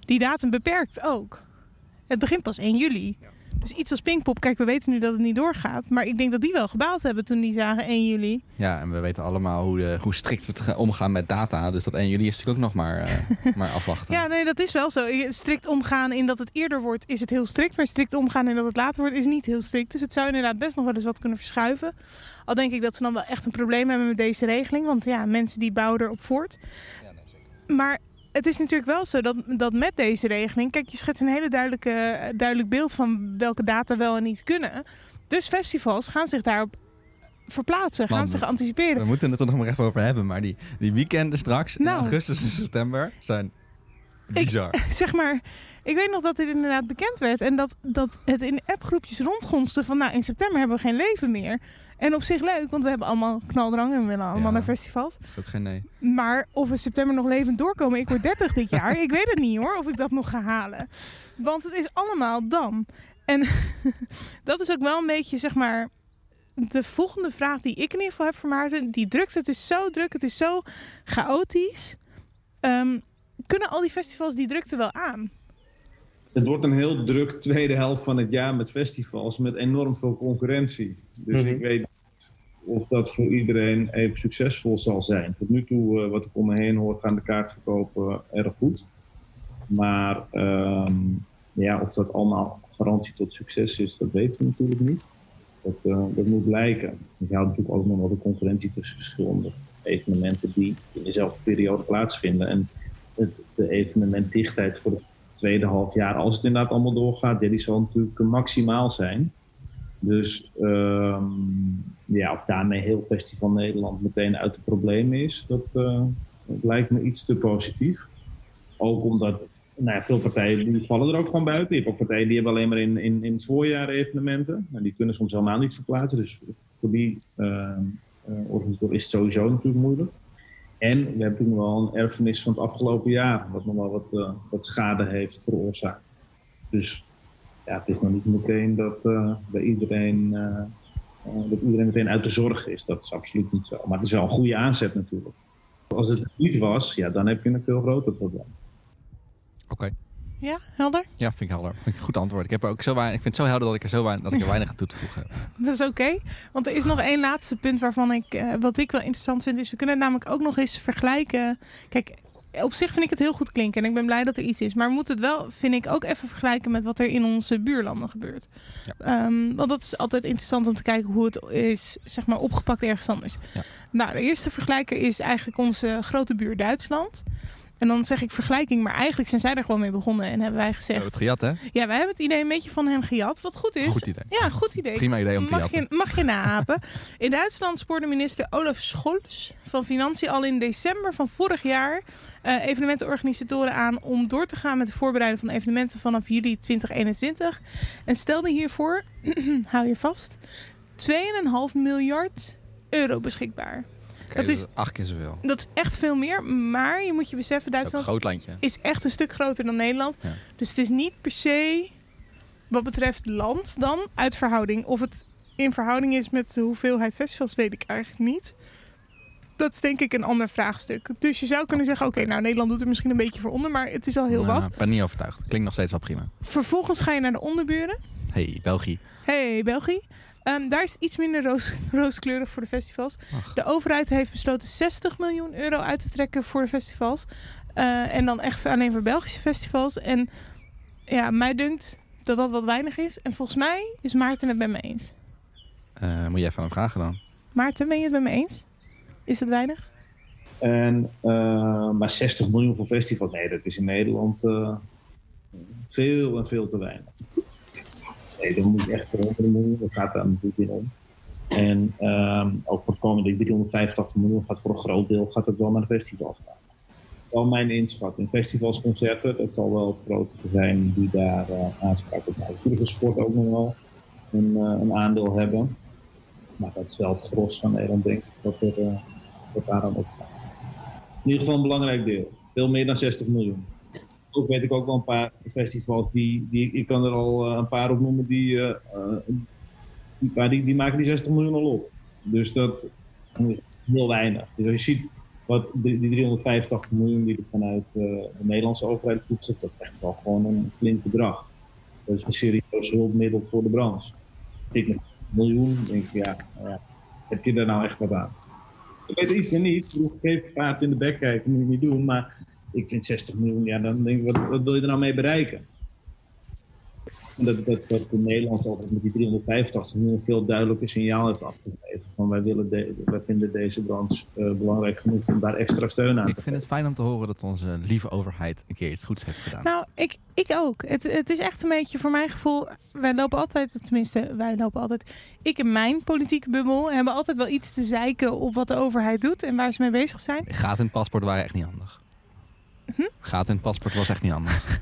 S2: die datum beperkt ook. Het begint pas één juli. Ja. Dus iets als Pinkpop, kijk, we weten nu dat het niet doorgaat. Maar ik denk dat die wel gebaald hebben toen die zagen één juli.
S1: Ja, en we weten allemaal hoe, de, hoe strikt we omgaan met data. Dus dat één juli is natuurlijk ook nog maar, uh, maar afwachten.
S2: Ja, nee, dat is wel zo. Strikt omgaan in dat het eerder wordt, is het heel strikt. Maar strikt omgaan in dat het later wordt, is niet heel strikt. Dus het zou inderdaad best nog wel eens wat kunnen verschuiven. Al denk ik dat ze dan wel echt een probleem hebben met deze regeling. Want ja, mensen die bouwen erop voort. Ja, nee, zeker. Maar het is natuurlijk wel zo dat, dat met deze regeling... Kijk, je schetst een hele duidelijke, duidelijk beeld van welke data wel en niet kunnen. Dus festivals gaan zich daarop verplaatsen, gaan Man, zich anticiperen.
S1: We moeten het er nog maar even over hebben. Maar die, die weekenden straks, nou, in augustus en september, zijn bizar.
S2: Ik, zeg maar, ik weet nog dat dit inderdaad bekend werd. En dat, dat het in appgroepjes rondgonste van... nou, in september hebben we geen leven meer. En op zich leuk, want we hebben allemaal knaldrang en we willen allemaal ja, naar festivals.
S1: Dat is ook geen nee.
S2: Maar of we september nog levend doorkomen, ik word dertig dit jaar. Ik weet het niet hoor, of ik dat nog ga halen. Want het is allemaal dan. En dat is ook wel een beetje, zeg maar, de volgende vraag die ik in ieder geval heb voor Maarten. Die drukte, het is zo druk, het is zo chaotisch. Um, kunnen al die festivals die drukte wel aan?
S6: Het wordt een heel druk tweede helft van het jaar met festivals met enorm veel concurrentie. Dus mm-hmm. ik weet niet of dat voor iedereen even succesvol zal zijn. Tot nu toe, uh, wat ik om me heen hoor, gaan de kaartverkopen erg goed. Maar um, ja, of dat allemaal garantie tot succes is, dat weten we natuurlijk niet. Dat, uh, dat moet blijken. Je houdt natuurlijk ook nog wel de concurrentie tussen verschillende evenementen die in dezelfde periode plaatsvinden. En het, de evenementdichtheid voor de tweede half jaar, als het inderdaad allemaal doorgaat, ja, die zal natuurlijk maximaal zijn. Dus um, ja, of daarmee heel Festival Nederland meteen uit de problemen is, dat, uh, dat lijkt me iets te positief. Ook omdat nou ja, veel partijen die vallen er ook gewoon buiten. Je hebt ook partijen die hebben alleen maar in, in, in het voorjaar evenementen. En die kunnen soms helemaal niet verplaatsen. Dus voor die uh, uh, organisatoren is het sowieso natuurlijk moeilijk. En we hebben natuurlijk wel een erfenis van het afgelopen jaar, wat nog wel wat, uh, wat schade heeft veroorzaakt. Dus ja, het is nog niet meteen dat, uh, bij iedereen, uh, uh, dat iedereen meteen uit de zorg is. Dat is absoluut niet zo. Maar het is wel een goede aanzet natuurlijk. Als het niet was, ja, dan heb je een veel groter probleem.
S1: Oké. Okay.
S2: Ja, helder?
S1: Ja, vind ik helder. Vind ik een goed antwoord. Ik, heb er ook zo weinig, ik vind het zo helder dat ik er, zo weinig, dat ik er weinig aan toe te voegen heb.
S2: Dat is oké. Okay. Want er is nog één laatste punt waarvan ik, uh, wat ik wel interessant vind, is we kunnen het namelijk ook nog eens vergelijken. Kijk, op zich vind ik het heel goed klinken en ik ben blij dat er iets is. Maar we moeten het wel, vind ik, ook even vergelijken met wat er in onze buurlanden gebeurt. Ja. Um, want dat is altijd interessant om te kijken hoe het is, zeg maar, opgepakt ergens anders. Ja. Nou, de eerste vergelijker is eigenlijk onze grote buur Duitsland. En dan zeg ik vergelijking, maar eigenlijk zijn zij er gewoon mee begonnen en hebben wij gezegd... We
S1: hebben het gejat, hè?
S2: Ja, wij hebben het idee een beetje van hen gejat, wat goed is.
S1: Goed idee.
S2: Ja, goed idee.
S1: Prima idee om te
S2: mag
S1: jatten.
S2: Je, mag je naapen. In Duitsland spoorde minister Olaf Scholz van Financiën al in december van vorig jaar uh, evenementenorganisatoren aan om door te gaan met het voorbereiden van evenementen vanaf juli twintig eenentwintig. En stelde hiervoor, hou je vast, twee komma vijf miljard euro beschikbaar.
S1: Okay, dat is acht keer zoveel.
S2: Dat is echt veel meer, maar je moet je beseffen, Duitsland
S1: is, een groot landje.
S2: is echt een stuk groter dan Nederland. Ja. Dus het is niet per se, wat betreft land dan, uit verhouding. Of het in verhouding is met de hoeveelheid festivals, weet ik eigenlijk niet. Dat is denk ik een ander vraagstuk. Dus je zou kunnen zeggen, oké, okay, nou Nederland doet er misschien een beetje voor onder, maar het is al heel nou, wat.
S1: Ik ben niet overtuigd. Klinkt nog steeds wel prima.
S2: Vervolgens ga je naar de onderburen.
S1: Hey, België.
S2: Hey, België. Um, daar is het iets minder roos, rooskleurig voor de festivals. Ach. De overheid heeft besloten zestig miljoen euro uit te trekken voor de festivals. Uh, en dan echt alleen voor Belgische festivals. En ja, mij dunkt dat dat wat weinig is. En volgens mij is Maarten het met me eens.
S1: Uh, moet je even aan hem vragen dan.
S2: Maarten, ben je het met me eens? Is het weinig?
S6: En, uh, maar zestig miljoen voor festivals, nee, dat is in Nederland uh, veel en veel te weinig. Nee, dan moet je echt honderden miljoen, dat gaat daar natuurlijk in om. En um, ook voor het komende driehonderdvijfentachtig miljoen gaat voor een groot deel gaat het wel naar de festivals gaan. Wel mijn inschatting. Festivals, concerten, dat zal wel het grootste zijn die daar uh, aanspraak op maken. Natuurlijk sport ook nog wel een, uh, een aandeel hebben. Maar dat is wel het gros van Nederland, denk ik, dat, er, uh, dat daar aan op gaat. In ieder geval een belangrijk deel. Veel meer dan zestig miljoen. Ook weet ik ook wel een paar festivals, die, die, ik kan er al uh, een paar op noemen, die, uh, uh, die, die, die maken die zestig miljoen al op. Dus dat is heel weinig. Dus als je ziet wat die, die driehonderdvijfentachtig miljoen die er vanuit uh, de Nederlandse overheid toezet, dat is echt wel gewoon een flink bedrag. Dat is een serieus hulpmiddel voor de branche. Ik met een miljoen denk ik, ja, ja, heb je daar nou echt wat aan? Ik weet iets en niet. Ik geef paard in de bek kijken, moet ik niet doen. Maar ik vind zestig miljoen, ja, dan denk ik, wat, wat wil je er nou mee bereiken? En dat, dat, dat de Nederlandse overheid met die driehonderdvijfentachtig miljoen een veel duidelijker signaal heeft afgegeven. Van wij, willen de, wij vinden deze branche uh, belangrijk genoeg om daar extra steun aan te geven.
S1: Ik vind het fijn om te horen dat onze lieve overheid een keer iets goeds heeft gedaan.
S2: Nou, ik, ik ook. Het, het is echt een beetje voor mijn gevoel... Wij lopen altijd, tenminste, wij lopen altijd... Ik en mijn politieke bubbel hebben altijd wel iets te zeiken op wat de overheid doet en waar ze mee bezig zijn.
S1: Gaten in het paspoort waren echt niet handig. Hm? Gaten in het paspoort was echt niet handig.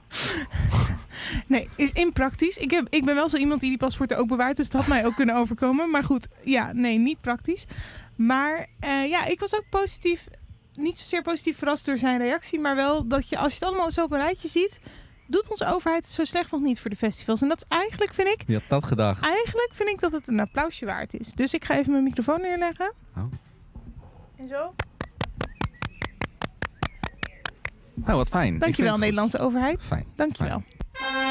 S2: Nee, is impraktisch. Ik, heb, ik ben wel zo iemand die die paspoorten ook bewaart, dus het had mij ook kunnen overkomen. Maar goed, ja, nee, niet praktisch. Maar uh, ja, ik was ook positief, niet zozeer positief verrast door zijn reactie, maar wel dat je, als je het allemaal zo op een rijtje ziet, doet onze overheid het zo slecht nog niet voor de festivals. En dat is eigenlijk, vind ik...
S1: Wie had dat gedacht?
S2: Eigenlijk vind ik dat het een applausje waard is. Dus ik ga even mijn microfoon neerleggen.
S1: Oh.
S2: En zo.
S1: Nou, wat fijn.
S2: Dankjewel, Nederlandse overheid.
S1: Fijn.
S2: Dankjewel.
S1: Fijn.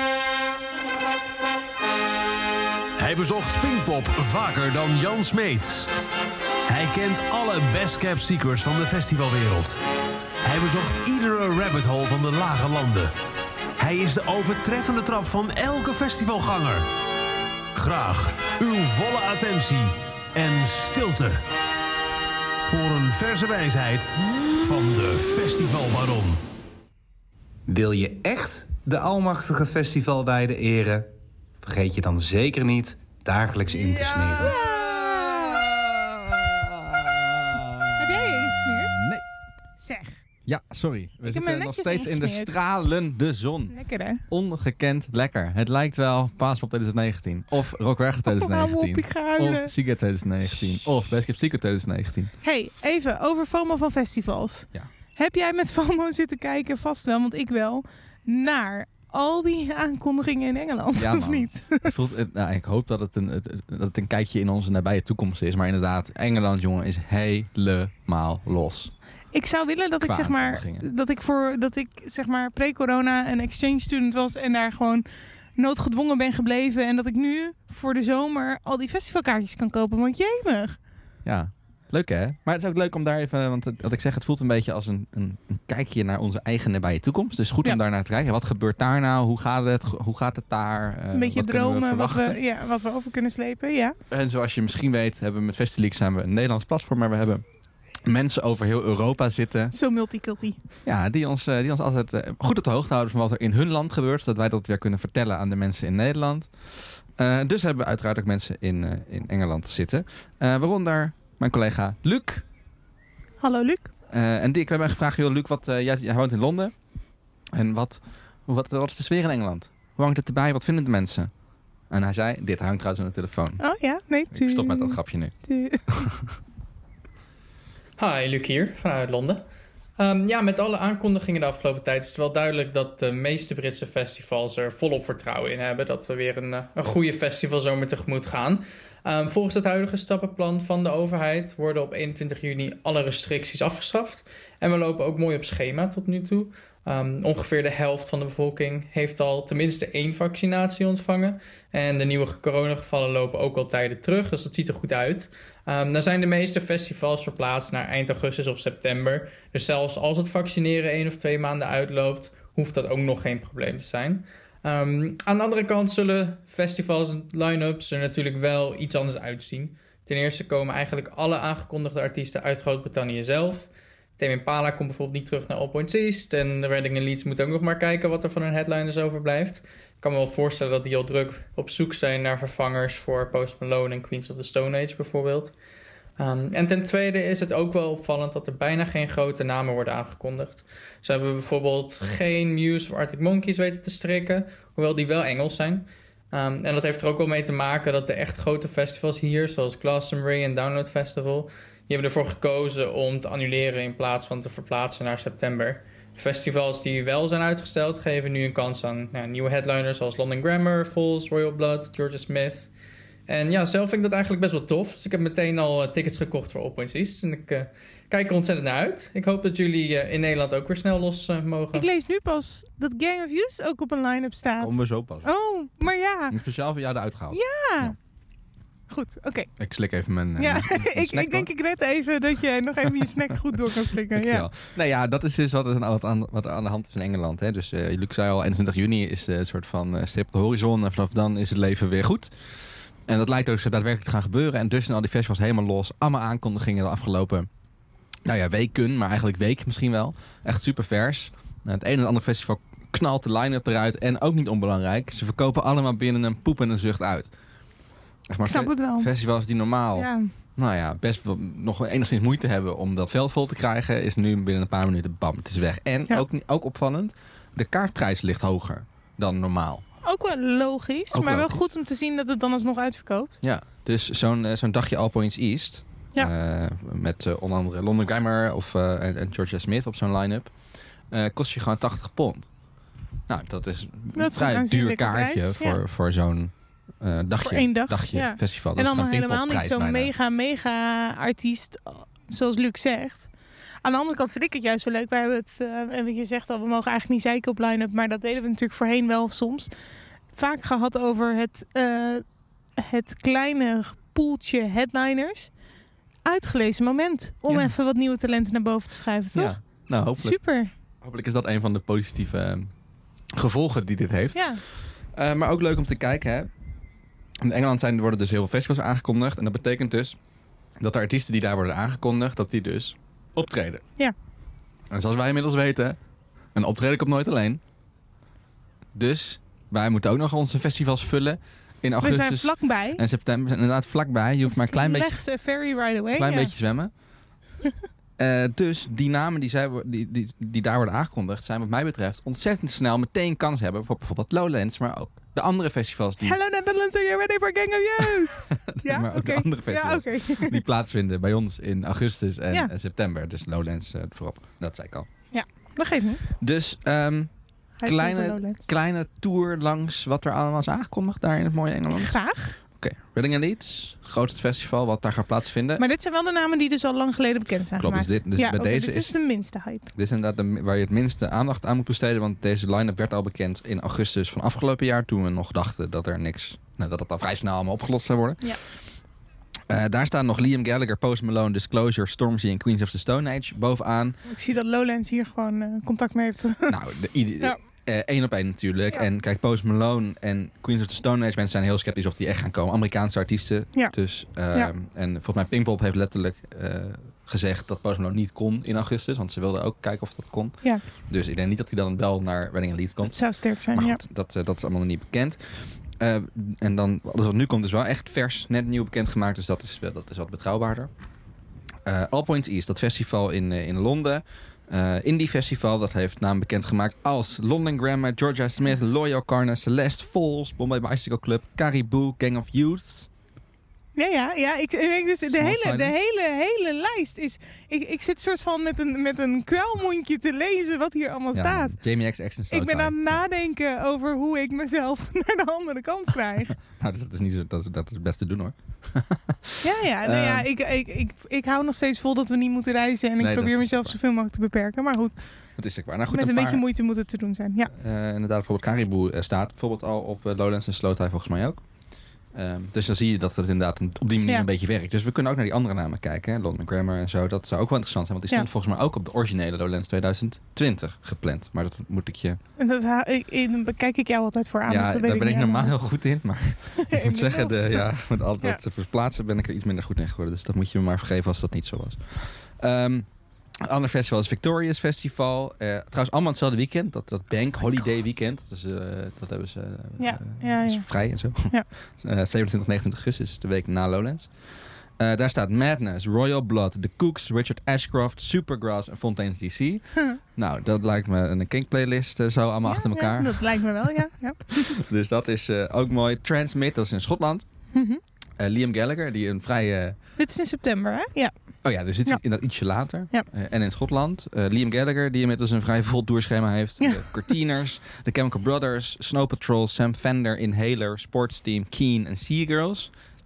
S7: Hij bezocht Pinkpop vaker dan Jan Smeets. Hij kent alle best-kept secrets van de festivalwereld. Hij bezocht iedere rabbit hole van de lage landen. Hij is de overtreffende trap van elke festivalganger. Graag uw volle attentie en stilte. Voor een verse wijsheid van de festivalbaron.
S8: Wil je echt de almachtige festivalweide eren? Vergeet je dan zeker niet dagelijks in te smeren.
S2: Heb jij je ingesmeerd?
S1: Nee.
S2: Zeg.
S1: Ja, sorry. We
S2: Ik heb
S1: zitten
S2: me
S1: nog
S2: netjes
S1: steeds in de
S2: ingesmeerd.
S1: stralende zon.
S2: Lekker hè?
S1: Ongekend lekker. Het lijkt wel Paaspop twintig negentien. Of Rockwerchter twintig negentien.
S2: Oh, hou op, ik ga huilen.
S1: Of Seagate twintig negentien. Of Best Kept Secret twintig negentien.
S2: Hey, even over FOMO van festivals.
S1: Ja.
S2: Heb jij met FOMO zitten kijken? Vast wel, want ik wel. Naar al die aankondigingen in Engeland,
S1: Ja,
S2: of
S1: man.
S2: niet?
S1: Het voelt, het, nou, ik hoop dat het, een, het, dat het een kijkje in onze nabije toekomst is. Maar inderdaad, Engeland, jongen, is helemaal los.
S2: Ik zou willen dat ik
S1: Qua
S2: zeg maar
S1: aankondigingen.
S2: dat ik voor dat ik zeg maar pre-corona een exchange student was en daar gewoon noodgedwongen ben gebleven en dat ik nu voor de zomer al die festivalkaartjes kan kopen. Want jemig.
S1: Ja, leuk hè? Maar het is ook leuk om daar even, want het, wat ik zeg, het voelt een beetje als een, een, een kijkje naar onze eigen nabije toekomst. Dus goed
S2: Ja.
S1: om daar naar te kijken. Wat gebeurt daar nou? Hoe gaat het? Hoe gaat het daar? Uh,
S2: Een beetje
S1: wat kunnen we
S2: dromen wat
S1: verwachten?
S2: we, ja, wat we over kunnen slepen. Ja.
S1: En zoals je misschien weet, hebben we met Festileaks zijn we een Nederlands platform, maar we hebben mensen over heel Europa zitten.
S2: Zo multiculti.
S1: Ja, die ons, uh, die ons altijd uh, goed op de hoogte houden van wat er in hun land gebeurt, zodat wij dat weer kunnen vertellen aan de mensen in Nederland. Uh, dus hebben we uiteraard ook mensen in, uh, in Engeland zitten. Uh, waaronder mijn collega Luc.
S2: Hallo Luc.
S1: Uh, en die, ik heb mij gevraagd, joh, Luc, wat, uh, jij, jij woont in Londen. En wat, wat, wat is de sfeer in Engeland? Hoe hangt het erbij? Wat vinden de mensen? En hij zei, dit hangt trouwens aan de telefoon.
S2: Oh ja, nee.
S1: Ik stop met dat grapje nu.
S2: Tu-
S9: Hi, Luc hier, vanuit Londen. Um, ja, met alle aankondigingen de afgelopen tijd is het wel duidelijk dat de meeste Britse festivals er volop vertrouwen in hebben. Dat we weer een, uh, een goede festivalzomer tegemoet gaan. Um, volgens het huidige stappenplan van de overheid worden op eenentwintig juni alle restricties afgeschaft. En we lopen ook mooi op schema tot nu toe. Um, ongeveer de helft van de bevolking heeft al tenminste één vaccinatie ontvangen. En de nieuwe coronagevallen lopen ook al tijden terug, dus dat ziet er goed uit. Um, dan zijn de meeste festivals verplaatst naar eind augustus of september. Dus zelfs als het vaccineren één of twee maanden uitloopt, hoeft dat ook nog geen probleem te zijn. Um, aan de andere kant zullen festivals en line-ups er natuurlijk wel iets anders uitzien. Ten eerste komen eigenlijk alle aangekondigde artiesten uit Groot-Brittannië zelf. Tame Impala komt bijvoorbeeld niet terug naar All Points East. En de Reading en Leeds moeten ook nog maar kijken wat er van hun headliners overblijft. Ik kan me wel voorstellen dat die al druk op zoek zijn naar vervangers voor Post Malone en Queens of the Stone Age bijvoorbeeld. Um, en ten tweede is het ook wel opvallend dat er bijna geen grote namen worden aangekondigd. Zo hebben we bijvoorbeeld geen Muse of Arctic Monkeys weten te strikken, hoewel die wel Engels zijn. Um, en dat heeft er ook wel mee te maken dat de echt grote festivals hier, zoals Glastonbury en Download Festival, die hebben ervoor gekozen om te annuleren in plaats van te verplaatsen naar september. De festivals die wel zijn uitgesteld geven nu een kans aan nou, nieuwe headliners zoals London Grammar, Falls, Royal Blood, Georgia Smith. En ja, zelf vind ik dat eigenlijk best wel tof. Dus ik heb meteen al uh, tickets gekocht voor All Points East. En ik uh, kijk er ontzettend naar uit. Ik hoop dat jullie uh, in Nederland ook weer snel los uh, mogen.
S2: Ik lees nu pas dat Gang of Youth ook op een line-up staat.
S1: Komen we zo pas.
S2: Oh, maar ja.
S1: Ik heb speciaal voor jou eruit gehaald.
S2: Ja.
S1: ja.
S2: Goed, oké. Okay.
S1: Ik slik even mijn, uh,
S2: ja,
S1: mijn
S2: ik, ik denk ik red even dat je nog even je snack goed door kan slikken. Ja.
S1: Nou ja, dat is dus wat, is wat, aan, wat aan de hand is in Engeland. Hè. Dus uh, Luc zei al, eenentwintig juni is de soort van uh, stip op de horizon. En vanaf dan is het leven weer goed. En dat lijkt ook zo daadwerkelijk te gaan gebeuren. En dus zijn al die festivals helemaal los. Allemaal aankondigingen de afgelopen, nou ja, weken. Maar eigenlijk week misschien wel. Echt super vers. Nou, het ene en het andere festival knalt de line-up eruit. En ook niet onbelangrijk. Ze verkopen allemaal binnen een poep en een zucht uit. Echt maar
S2: ik snap het wel.
S1: Festivals die normaal
S2: ja.
S1: nou ja, best wel nog enigszins moeite hebben om dat veld vol te krijgen, is nu binnen een paar minuten bam, het is weg. En
S2: ja.
S1: ook, ook opvallend, de kaartprijs ligt hoger dan normaal.
S2: Ook wel logisch,
S1: ook
S2: maar
S1: logisch.
S2: wel goed om te zien dat het dan alsnog uitverkoopt.
S1: Ja, dus zo'n, uh, zo'n dagje All Points East, ja. uh, met uh, onder andere London Grammar of, uh, en, en Georgia Smith op zo'n line-up, uh, kost je gewoon tachtig pond. Nou, dat is
S2: dat is
S1: een duur kaartje
S2: prijs,
S1: voor,
S2: ja.
S1: voor zo'n uh, dagje,
S2: voor één dag,
S1: dagje
S2: ja.
S1: festival. Dat
S2: en dan
S1: is
S2: helemaal niet zo'n
S1: bijna.
S2: mega, mega artiest zoals Luc zegt. Aan de andere kant vind ik het juist wel leuk. Wij hebben het, uh, en wat je zegt al, we mogen eigenlijk niet zeiken op line-up, maar dat deden we natuurlijk voorheen wel soms. Vaak gehad over het, uh, het kleine poeltje headliners. Uitgelezen moment om ja. even wat nieuwe talenten naar boven te schuiven, toch?
S1: Ja. Nou, hopelijk.
S2: Super.
S1: Hopelijk is dat een van de positieve uh, gevolgen die dit heeft.
S2: Ja.
S1: Uh, maar ook leuk om te kijken, hè. In Engeland zijn, worden dus heel veel festivals aangekondigd. En dat betekent dus dat de artiesten die daar worden aangekondigd, dat die dus optreden.
S2: Ja.
S1: En zoals wij inmiddels weten, een optreden komt nooit alleen. Dus wij moeten ook nog onze festivals vullen in augustus.
S2: We zijn vlakbij.
S1: En september zijn inderdaad vlakbij. Je hoeft maar een klein beetje,
S2: Leg ferry right away,
S1: klein
S2: ja.
S1: beetje zwemmen. Uh, dus die namen die, zij, die, die, die daar worden aangekondigd zijn wat mij betreft ontzettend snel meteen kans hebben voor bijvoorbeeld Lowlands, maar ook de andere festivals die...
S2: Hello Netherlands, are you ready for Gang of Youth? ja,
S1: maar ook
S2: okay.
S1: de andere festivals
S2: ja, okay.
S1: die plaatsvinden bij ons in augustus en,
S2: ja.
S1: en september. Dus Lowlands uh, voorop, dat zei ik al.
S2: Ja, dat geeft niet.
S1: Dus um, kleine, kleine tour langs wat er allemaal is aangekondigd daar in het mooie Engeland.
S2: Graag.
S1: Oké, okay. Reading and Leeds, grootste festival wat daar gaat plaatsvinden.
S2: Maar dit zijn wel de namen die dus al lang geleden bekend zijn
S1: Klopt,
S2: gemaakt.
S1: dus dit, dus
S2: ja,
S1: bij
S2: okay,
S1: deze
S2: dit
S1: is,
S2: is de minste hype.
S1: Dit is inderdaad de, waar je het minste aandacht aan moet besteden, want deze line-up werd al bekend in augustus van afgelopen jaar, toen we nog dachten dat er niks, nou, dat het al vrij snel allemaal opgelost zou worden.
S2: Ja.
S1: Uh, daar staan nog Liam Gallagher, Post Malone, Disclosure, Stormzy en Queens of the Stone Age bovenaan.
S2: Ik zie dat Lowlands hier gewoon uh, contact mee heeft.
S1: Nou, de, de, ja. Uh, één op één natuurlijk.
S2: Ja.
S1: En kijk, Post Malone en Queens of the Stone Age, mensen zijn heel sceptisch of die echt gaan komen. Amerikaanse artiesten.
S2: Ja.
S1: Dus, uh,
S2: ja.
S1: En volgens mij Pinkpop heeft letterlijk uh, gezegd dat Post Malone niet kon in augustus. Want ze wilden ook kijken of dat kon.
S2: Ja.
S1: Dus ik denk niet dat hij dan wel naar Reading and Leeds komt.
S2: Dat zou sterk zijn,
S1: maar goed,
S2: ja.
S1: dat, uh, dat is allemaal nog niet bekend. Uh, en dan, alles wat nu komt is wel echt vers, net nieuw bekendgemaakt. Dus dat is, dat is wat betrouwbaarder. Uh, All Points East, dat festival in, uh, in Londen. Uh, Indie Festival, dat heeft naam bekendgemaakt als London Grammar, Georgia Smith, Loy O'Connor, Celeste Falls, Bombay Bicycle Club, Caribou, Gang of Youth.
S2: Ja, ja, ja. Ik, ik denk dus de hele, de hele, hele lijst is... Ik, ik zit soort van met een, met een kwelmondje te lezen wat hier allemaal
S1: ja,
S2: staat.
S1: Jamie X X en
S2: Ik ben aan het nadenken over hoe ik mezelf naar de andere kant krijg.
S1: Nou, dat is niet zo, dat is, dat is het beste doen hoor.
S2: ja, ja, nou ja,
S1: um,
S2: ik, ik, ik, ik hou nog steeds vol dat we niet moeten reizen. En ik
S1: nee,
S2: probeer mezelf zoveel mogelijk te beperken. Maar goed,
S1: dat is waar. Nou, goed
S2: met een,
S1: een
S2: een
S1: paar,
S2: beetje moeite moet het te doen zijn. Ja.
S1: Uh, inderdaad, bijvoorbeeld Caribou uh, staat bijvoorbeeld al op uh, Lowlands en Slowthai volgens mij ook. Um, dus dan zie je dat het inderdaad op die manier
S2: ja.
S1: een beetje werkt. Dus we kunnen ook naar die andere namen kijken. Hè? London Grammar en zo. Dat zou ook wel interessant zijn. Want die stond ja. volgens mij ook op de originele Lowlands twintig twintig gepland. Maar dat moet ik je...
S2: En dat ha- ik, ik, dan bekijk ik jou altijd voor aan.
S1: Ja,
S2: dus dat
S1: daar
S2: weet
S1: ben
S2: ik
S1: ik normaal
S2: helemaal.
S1: heel goed in. Maar ik moet zeggen, de, ja, met al dat ja. verplaatsen ben ik er iets minder goed in geworden. Dus dat moet je me maar vergeven als dat niet zo was. Um, Een ander festival is Victorious Festival. Uh, trouwens, allemaal hetzelfde weekend. Dat, dat Bank oh Holiday God. Weekend. Dus uh, dat hebben ze... Uh,
S2: ja, ja,
S1: is
S2: ja.
S1: vrij en zo.
S2: Ja.
S1: uh, zevenentwintig, negenentwintig augustus, de week na Lowlands. Uh, daar staat Madness, Royal Blood, The Cooks, Richard Ashcroft, Supergrass en Fontaine's D C. Huh. Nou, dat lijkt me een Kink playlist uh, zo allemaal
S2: ja,
S1: achter elkaar.
S2: Ja, dat lijkt me wel, ja. ja.
S1: Dus dat is uh, ook mooi. Transmit, dat is in Schotland.
S2: Mm-hmm.
S1: Uh, Liam Gallagher, die een vrij... Uh...
S2: Dit is in september, hè? Ja.
S1: Oh ja, dus dit is ja. inderdaad ietsje later.
S2: Ja.
S1: Uh, en in Schotland. Uh, Liam Gallagher, die inmiddels een vrij vol tourschema heeft. Ja. De Cortiners, de Chemical Brothers, Snow Patrol, Sam Fender, Inhaler, Sports Team, Keen en Sea Girls.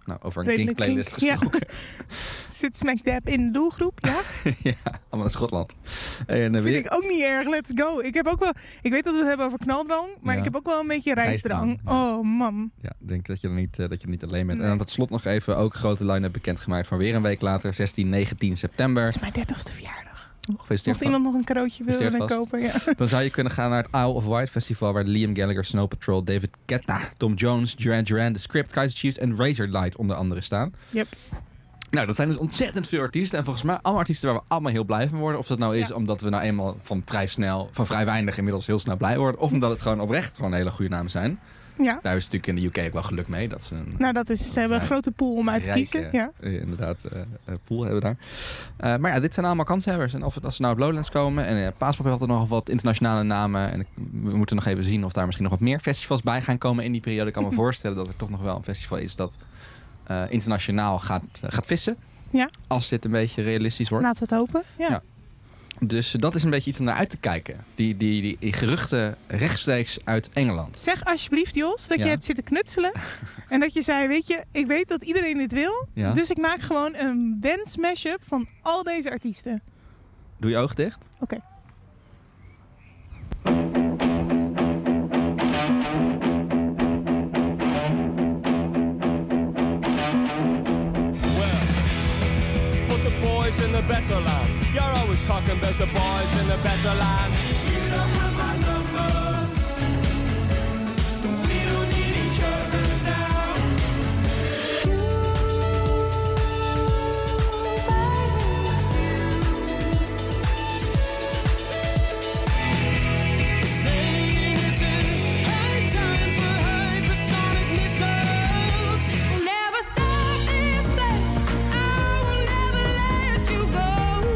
S1: Nou, over een
S2: Redelijk
S1: Kink-playlist
S2: Kink,
S1: gesproken.
S2: Ja. Zit smack dab in de doelgroep, ja?
S1: Ja, allemaal naar Schotland. En, uh,
S2: Vind
S1: weer...
S2: ik ook niet erg, let's go. Ik heb ook wel, ik weet dat we het hebben over knaldrang, maar
S1: Ja.
S2: ik heb ook wel een beetje reisdrang.
S1: Reisdrang, ja.
S2: Oh man.
S1: Ja, ik denk dat je er niet, uh, dat je er niet alleen bent.
S2: Nee.
S1: En dan tot slot nog even ook een grote line-up bekendgemaakt van weer een week later, zestien, negentien september.
S2: Het is mijn dertigste verjaardag.
S1: Gefeliciteerd.
S2: Mocht iemand nog een cadeautje willen
S1: Gefeliciteerd
S2: kopen, ja.
S1: Dan zou je kunnen gaan naar het Isle of Wight Festival, waar Liam Gallagher, Snow Patrol, David Guetta, Tom Jones, Duran Duran, The Script, Kaiser Chiefs en Razorlight onder andere staan.
S2: Yep.
S1: Nou, dat zijn dus ontzettend veel artiesten. En volgens mij allemaal artiesten waar we allemaal heel blij van worden. Of dat nou is
S2: Ja.
S1: omdat we nou eenmaal van vrij snel, van vrij weinig inmiddels heel snel blij worden. Of omdat het gewoon oprecht gewoon hele goede namen zijn.
S2: Ja.
S1: Daar is natuurlijk in de U K ook wel geluk mee. Dat ze een
S2: Nou, dat is, ze hebben een
S1: vrij
S2: grote pool om uit te
S1: rijke,
S2: kiezen. Ja.
S1: eh, inderdaad, uh, pool hebben we daar. Uh, maar ja, dit zijn allemaal kanshebbers. En of het, als ze nou op Lowlands komen. En uh, Paaspop heeft altijd nog wat internationale namen. En ik, we moeten nog even zien of daar misschien nog wat meer festivals bij gaan komen in die periode. Ik kan me voorstellen dat er toch nog wel een festival is dat uh, internationaal gaat, uh, gaat vissen.
S2: Ja.
S1: Als dit een beetje realistisch wordt.
S2: Laten we het hopen. Ja.
S1: Ja. Dus uh, dat is een beetje iets om naar uit te kijken. Die, die, die, die geruchten rechtstreeks uit Engeland.
S2: Zeg alsjeblieft, Jos, dat
S1: Ja.
S2: je hebt zitten knutselen. En dat je zei, weet je, ik weet dat iedereen dit wil.
S1: Ja.
S2: Dus ik maak gewoon een band smash-up van al deze artiesten.
S1: Doe je ogen dicht.
S2: Oké.
S10: Put the boys in the better land. You're always talking about the boys in the better land. You don't have my number. We don't need each other now. Saying it's in high time for hypersonic missiles. Never stop this thing. I will never let you go.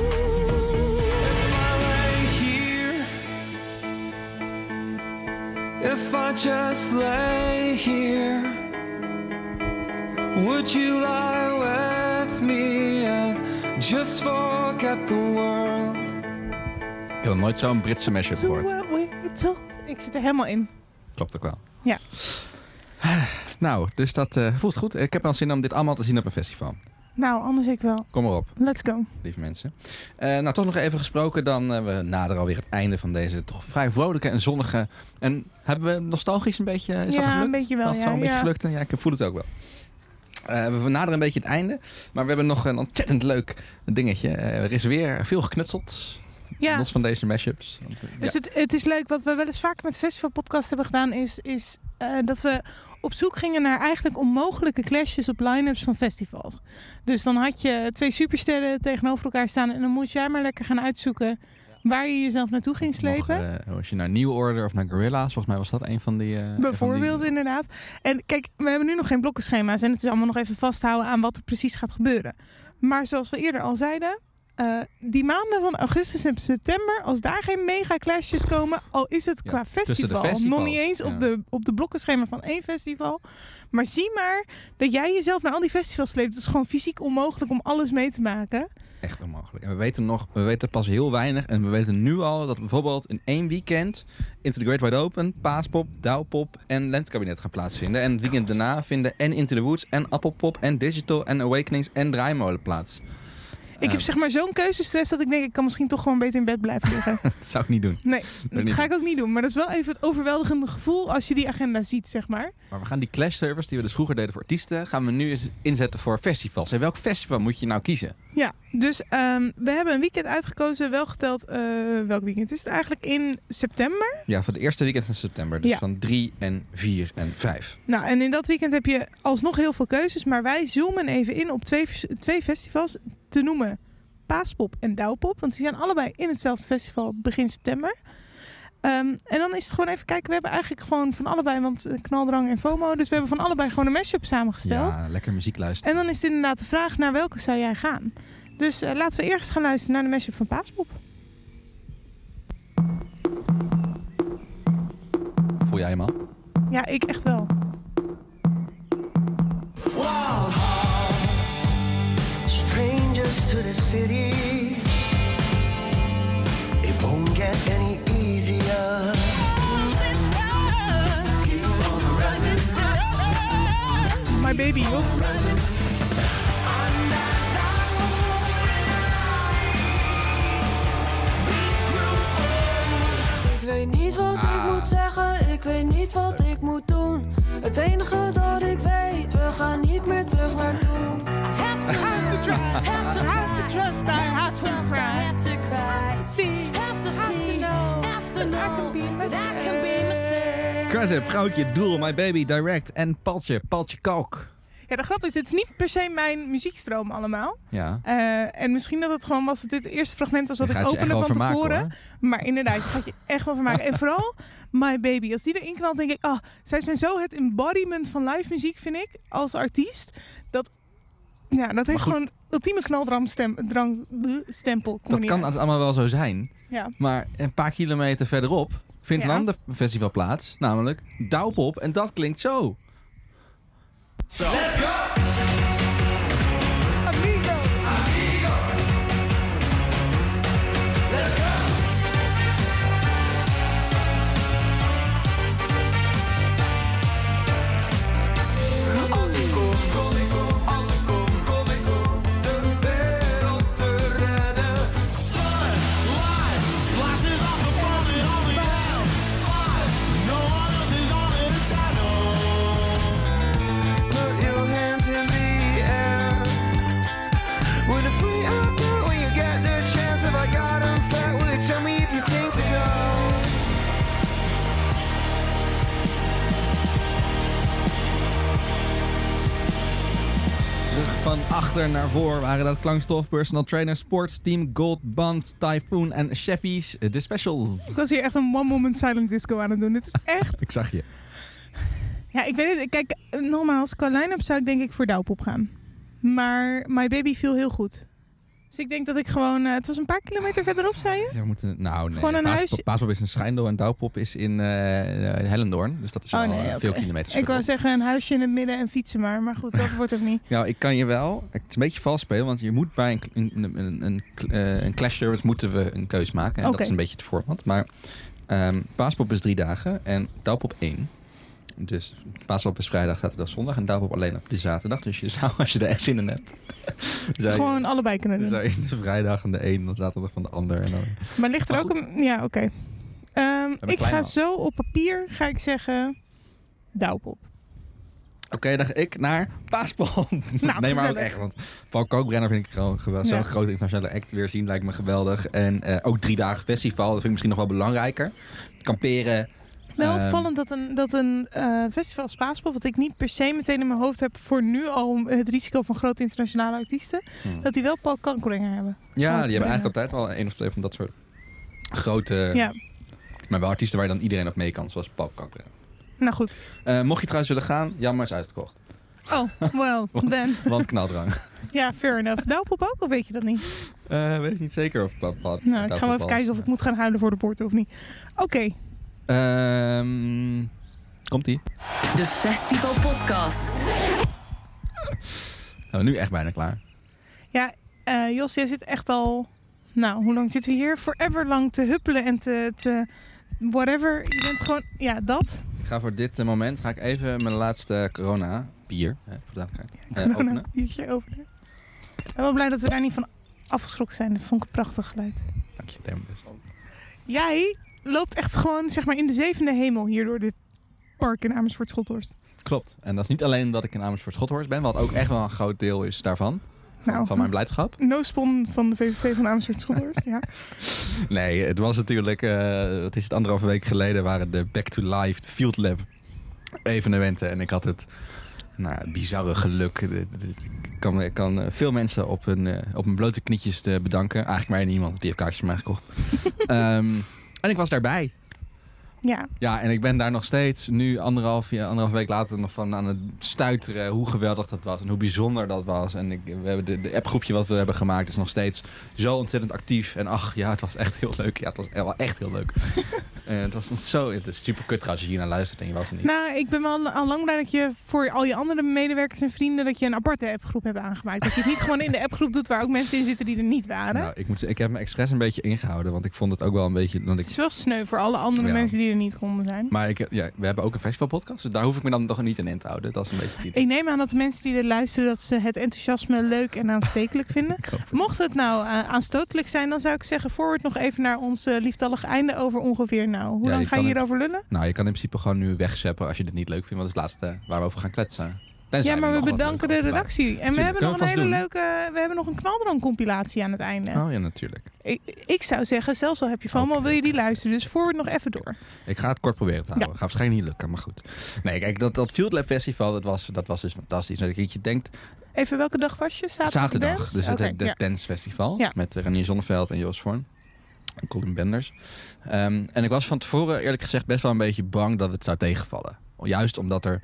S10: If I lay here, if I just lay here, would you lie with me and just forget the world?
S1: Ik heb nog nooit zo'n Britse mashup gehoord.
S2: Ik zit er helemaal in.
S1: Klopt ook wel.
S2: Ja.
S1: Nou, dus dat uh, voelt goed. Ik heb wel zin om dit allemaal te zien op een festival.
S2: Nou, anders ik wel.
S1: Kom maar op,
S2: Let's go.
S1: lieve mensen. Uh, nou, toch nog even gesproken. Dan uh, we naderen alweer het einde van deze toch vrij vrolijke en zonnige. En hebben we nostalgisch een beetje... Is
S2: Ja,
S1: dat gelukt?
S2: een beetje wel,
S1: Dat is
S2: ja,
S1: een beetje
S2: ja.
S1: gelukt. En ja, ik voel het ook wel. Uh, we naderen een beetje het einde. Maar we hebben nog een ontzettend leuk dingetje. Uh, er is weer veel geknutseld.
S2: Ja.
S1: Los van deze mashups. Want, uh,
S2: Dus
S1: ja.
S2: het, het is leuk. Wat we wel eens vaker met festivalpodcast hebben gedaan... is, is uh, dat we op zoek gingen naar eigenlijk onmogelijke clashes op line-ups van festivals. Dus dan had je twee supersterren tegenover elkaar staan... en dan moest jij maar lekker gaan uitzoeken... waar je jezelf naartoe ging slepen.
S1: Nog, uh, als je naar New Order of naar Gorilla's, volgens mij was dat een van die... Uh,
S2: Bijvoorbeeld,
S1: van die...
S2: inderdaad. En kijk, we hebben nu nog geen blokkenschema's... en het is allemaal nog even vasthouden aan wat er precies gaat gebeuren. Maar zoals we eerder al zeiden... Uh, die maanden van augustus en september, als daar geen mega clashes komen, al is het
S1: Ja,
S2: qua festival
S1: festivals,
S2: nog niet eens
S1: ja.
S2: op de, op de blokkenschema van één festival. Maar zie maar dat jij jezelf naar al die festivals sleept. Het is gewoon fysiek onmogelijk om alles mee te maken.
S1: Echt onmogelijk. En we weten nog, we weten pas heel weinig. En we weten nu al dat bijvoorbeeld in één weekend Into the Great Wide Open, Paaspop, Douwpop en Lenskabinet gaan plaatsvinden. En het weekend daarna vinden en Into the Woods en Appelpop en Digital en Awakenings en Draaimolen plaats.
S2: Ik heb zeg maar zo'n keuzestress dat ik denk, ik kan misschien toch gewoon beter in bed blijven liggen.
S1: Dat zou ik niet doen.
S2: Nee, dat
S1: niet
S2: ga ik ook niet doen. Maar dat is wel even het overweldigende gevoel als je die agenda ziet, zeg maar.
S1: Maar we gaan die clash servers die we dus vroeger deden voor artiesten, gaan we nu eens inzetten voor festivals. En welk festival moet je nou kiezen?
S2: Ja, dus um, we hebben een weekend uitgekozen, wel geteld, uh, welk weekend is het eigenlijk? In september.
S1: Ja, voor de eerste weekend van september. Dus
S2: Ja.
S1: van drie en vier en vijf.
S2: Nou, en in dat weekend heb je alsnog heel veel keuzes, maar wij zoomen even in op twee, twee festivals te noemen. Paaspop en Douwpop, want die zijn allebei in hetzelfde festival begin september. Um, en dan is het gewoon even kijken, we hebben eigenlijk gewoon van allebei, want knaldrang en FOMO, dus we hebben van allebei gewoon een mashup samengesteld.
S1: Ja, lekker muziek luisteren.
S2: En dan is het inderdaad de vraag, naar welke zou jij gaan? Dus uh, laten we eerst gaan luisteren naar de mashup van Paaspop.
S1: Voel jij hem al?
S2: Ja, ik echt wel.
S10: Wild hearts, strangers to the city. It won't get any easier.
S2: This is my Baby, Jos.
S10: Ik weet niet wat ik moet zeggen, ik weet niet wat ik moet doen. Het enige dat ik weet, we gaan niet meer terug naartoe. I have to, have to try, have to, have to trust, I have to cry, have to cry. See, have to see, have to know, that I can be myself.
S1: Krasip, Vrouwtje, Doel, My Baby, Direct en Paltje, Paltje Kalk.
S2: Ja, de grap is, het is niet per se mijn muziekstroom allemaal.
S1: Ja.
S2: Uh, en misschien dat het gewoon was dat dit het eerste fragment was wat ik opende van
S1: vermaken,
S2: tevoren.
S1: hoor.
S2: Maar inderdaad, je gaat je echt wel vermaken. En vooral My Baby. Als die erin knalt, denk ik, oh, zij zijn zo het embodiment van live muziek, vind ik, als artiest. Dat, ja, dat heeft
S1: goed,
S2: gewoon ultieme knaldramstempel.
S1: Dat kan allemaal wel zo zijn.
S2: Ja.
S1: Maar een paar kilometer verderop vindt
S2: Ja.
S1: een ander festival plaats. Namelijk Douwpop. En dat klinkt zo.
S10: Let's go!
S2: Amigo!
S10: Amigo! Let's go! Als ik kom, kom ik kom, als ik kom, kom ik kom, de wereld te redden. Sun, light, splashes off upon me, all we have. Fire, no one else is on in the tunnel. Put your hands in the air. With a free up when you get the chance. If I got them fat, will you tell me if you think so?
S1: Terug van achter naar voor waren dat Klankstof, Personal Trainer, Sports Team, Gold Band, Typhoon en Cheffies. De specials.
S2: Ik was hier echt een one moment silent disco aan het doen. Dit is echt...
S1: Ik zag je.
S2: Ja, ik weet het. Kijk, nogmaals, qua line-up zou ik denk ik voor Douwpop gaan. Maar My Baby viel heel goed. Dus ik denk dat ik gewoon... Uh, het was een paar kilometer verderop, zei je?
S1: Ja, we moeten, nou, nee.
S2: Gewoon een
S1: Paas-
S2: huisje-
S1: Paaspop is in Schijndel en Douwpop is in uh, Hellendoorn. Dus dat is
S2: Oh,
S1: al
S2: nee,
S1: uh,
S2: oké.
S1: veel kilometers
S2: Ik wou
S1: verderop.
S2: zeggen een huisje in het midden en fietsen maar. Maar goed, dat wordt ook niet.
S1: Nou, ik kan je wel... Het is een beetje vals spelen, want je moet bij een, een, een, een, uh, een clash service moeten we een keus maken. En
S2: Oké.
S1: dat is een beetje het format. Maar um, Paaspop is drie dagen en Douwpop één. Dus Paaspop is vrijdag, zaterdag, zondag. En Douwpop alleen op de zaterdag. Dus je zou, als je er echt zin in hebt... zou je-
S2: Gewoon allebei kunnen doen.
S1: zou je de vrijdag en de een en de zaterdag van de ander. En dan...
S2: Maar ligt er
S1: Maar
S2: ook een... Ja, oké. Okay. Um,
S1: hebben
S2: ik
S1: klein
S2: ga
S1: al.
S2: zo op papier, ga ik zeggen... Douwpop.
S1: Oké, okay, dan ga ik naar Paaspop.
S2: Nou,
S1: nee, maar ook
S2: gezellig.
S1: echt. Want Paul Kookbrenner vind ik gewoon geweldig.
S2: Ja.
S1: Zo'n grote internationale act weer zien lijkt me geweldig. En uh, ook drie dagen festival, dat vind ik misschien nog wel belangrijker. Kamperen.
S2: Wel
S1: um,
S2: opvallend dat een, dat een uh, festival als Paaspop, wat ik niet per se meteen in mijn hoofd heb voor nu al het risico van grote internationale artiesten,
S1: Hmm.
S2: dat die wel Paul Kalkbrenner hebben.
S1: Ja, die hebben
S2: Kalkbrenner.
S1: eigenlijk altijd wel één of twee van dat soort grote...
S2: Ja,
S1: Maar wel artiesten waar dan iedereen op mee kan, zoals Paul Kookbrenner.
S2: nou goed.
S1: Uh, mocht je trouwens willen gaan, jammer is uitverkocht.
S2: Oh, well, then.
S1: Want knaldrang.
S2: Ja, fair enough. Douwpop ook, of weet je dat niet?
S1: Uh, weet ik niet zeker of Paul...
S2: Nou, ik ga wel even kijken of ik moet gaan huilen voor de poorten of niet. Oké. Okay.
S1: Um, Komt-ie.
S3: De Festival Podcast.
S1: Nou, nu echt bijna klaar.
S2: Ja, uh, Jos, jij zit echt al... Nou, hoe lang zitten we hier? Forever lang te huppelen en te... te whatever. Je bent gewoon... Ja, dat.
S1: Ik ga voor dit uh, moment ga ik even mijn laatste corona bier, hè, voor de duidelijkheid,
S2: Ja,
S1: uh,
S2: corona
S1: openen.
S2: biertje openen. Ik ben wel blij dat we daar niet van afgeschrokken zijn. Dat vond ik een prachtig geluid.
S1: Dank je, Tim.
S2: Jij loopt echt gewoon zeg maar in de zevende hemel hier door dit park in Amersfoort-Schothorst.
S1: Klopt. En dat is niet alleen dat ik in Amersfoort-Schothorst ben, wat ook echt wel een groot deel is daarvan. Van,
S2: Nou,
S1: van mijn blijdschap.
S2: No spon van de V V V van Amersfoort-Schothorst, ja.
S1: Nee, het was natuurlijk, uh, wat is het, anderhalve week geleden waren de Back to Life Field Lab evenementen. En ik had het nou, bizarre geluk. Ik kan, ik kan veel mensen op hun, uh, op mijn blote knietjes te bedanken. Eigenlijk maar niemand, want die heeft kaartjes voor mij gekocht. um, en ik was daarbij.
S2: Ja.
S1: Ja, en ik ben daar nog steeds, nu anderhalf, ja, anderhalf week later, nog van aan het stuiteren hoe geweldig dat was en hoe bijzonder dat was. En ik, we hebben de, de appgroepje wat we hebben gemaakt is nog steeds zo ontzettend actief. En ach, ja, het was echt heel leuk. Ja, het was wel echt heel leuk. En het was zo, het is super kut trouwens als je hier naar luistert en je was er niet.
S2: Nou, ik ben wel al lang blij dat je voor al je andere medewerkers en vrienden dat je een aparte appgroep hebt aangemaakt. Dat je het niet gewoon in de appgroep doet waar ook mensen in zitten die er niet waren.
S1: Nou, ik, moet, ik heb me expres een beetje ingehouden, want ik vond het ook wel een beetje... Want ik,
S2: Het is wel sneu voor alle andere
S1: Ja.
S2: mensen die er niet konden zijn.
S1: Maar ik, ja, we hebben ook een festivalpodcast, dus daar hoef ik me dan toch niet in te houden. Dat is een beetje het idee.
S2: Ik neem aan dat de mensen die dit luisteren, dat ze het enthousiasme leuk en aanstekelijk vinden. Mocht het nou uh, aanstotelijk zijn, dan zou ik zeggen, forward nog even naar ons uh, lieftallig einde over ongeveer nou. Hoe
S1: Ja,
S2: lang
S1: je
S2: ga je
S1: kan
S2: hierover lullen?
S1: Nou, je kan in principe gewoon nu wegzeppen als je dit niet leuk vindt, want dat is het laatste waar we over gaan kletsen. Tenzij
S2: Ja, maar we
S1: nog wat
S2: bedanken de
S1: leuke over
S2: redactie. En we
S1: Tuurlijk,
S2: hebben nog
S1: kunnen
S2: een
S1: we
S2: hele
S1: vast doen.
S2: leuke, we hebben nog een knaldrang compilatie aan het einde.
S1: Oh ja, natuurlijk.
S2: Ik, ik zou zeggen, zelfs al heb je FOMO,
S1: Oké,
S2: wil je die
S1: oké.
S2: luisteren. Dus forward nog even door.
S1: Ik ga het kort proberen te houden.
S2: Ja.
S1: Gaat waarschijnlijk niet lukken, maar goed. Nee, kijk, dat, dat Field Lab Festival, dat was, dat was dus fantastisch. Dat je denkt,
S2: Even, welke dag was je? Zaterdag,
S1: zaterdag,
S2: dance?
S1: dus het,
S2: Oké,
S1: het, het
S2: ja.
S1: Dance Festival.
S2: Ja.
S1: Met uh, Renier Zonneveld en Jos Vorn. En Colin Benders. Um, en ik was van tevoren, eerlijk gezegd, best wel een beetje bang dat het zou tegenvallen. Juist omdat er...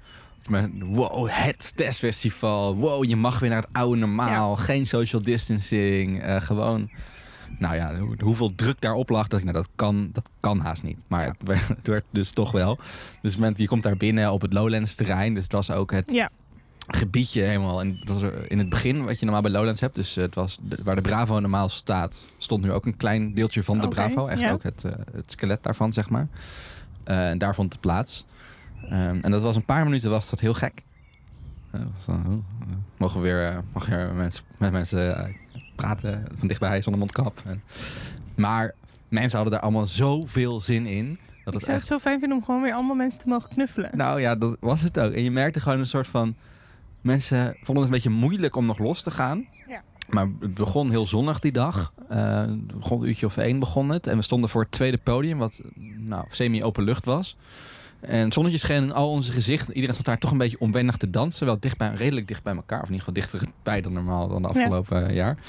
S1: Wow, het testfestival. Wow, je mag weer naar het oude normaal.
S2: Ja.
S1: Geen social distancing. Uh, gewoon... Nou ja, hoe- hoeveel druk daarop lag, dat ik, nou, dat kan, dat kan haast niet. Maar het, werd, het werd dus toch wel. Dus moment, je komt daar binnen op het Lowlands terrein. Dus het was ook het
S2: Ja.
S1: gebiedje helemaal. En dat was er in het begin, wat je normaal bij Lowlands hebt. Dus het was de- waar de Bravo normaal staat, stond nu ook een klein deeltje van de
S2: Oké,
S1: Bravo. Echt
S2: ja.
S1: ook het, uh, het skelet daarvan, zeg maar. Uh, en daar vond het plaats. Um, en dat was een paar minuten was dat heel gek. Uh, van, oh, uh, mogen we weer, uh, mogen we weer mensen, met mensen uh, praten van dichtbij zonder mondkap. En, maar mensen hadden daar allemaal zoveel zin in. Dat
S2: Ik
S1: het
S2: zou
S1: echt,
S2: het zo fijn vinden om gewoon weer allemaal mensen te mogen knuffelen.
S1: nou ja, dat was het ook. En je merkte gewoon een soort van... Mensen vonden het een beetje moeilijk om nog los te gaan.
S2: Ja.
S1: Maar het begon heel zonnig die dag. Uh, het begon een uurtje of één begon het. En we stonden voor het tweede podium, wat nou, semi-open lucht was. En het zonnetje scheen in al onze gezichten. Iedereen zat daar toch een beetje onwennig te dansen. Wel dicht bij, redelijk dicht bij elkaar. Of in ieder geval dichterbij dan normaal dan de afgelopen ja. jaar.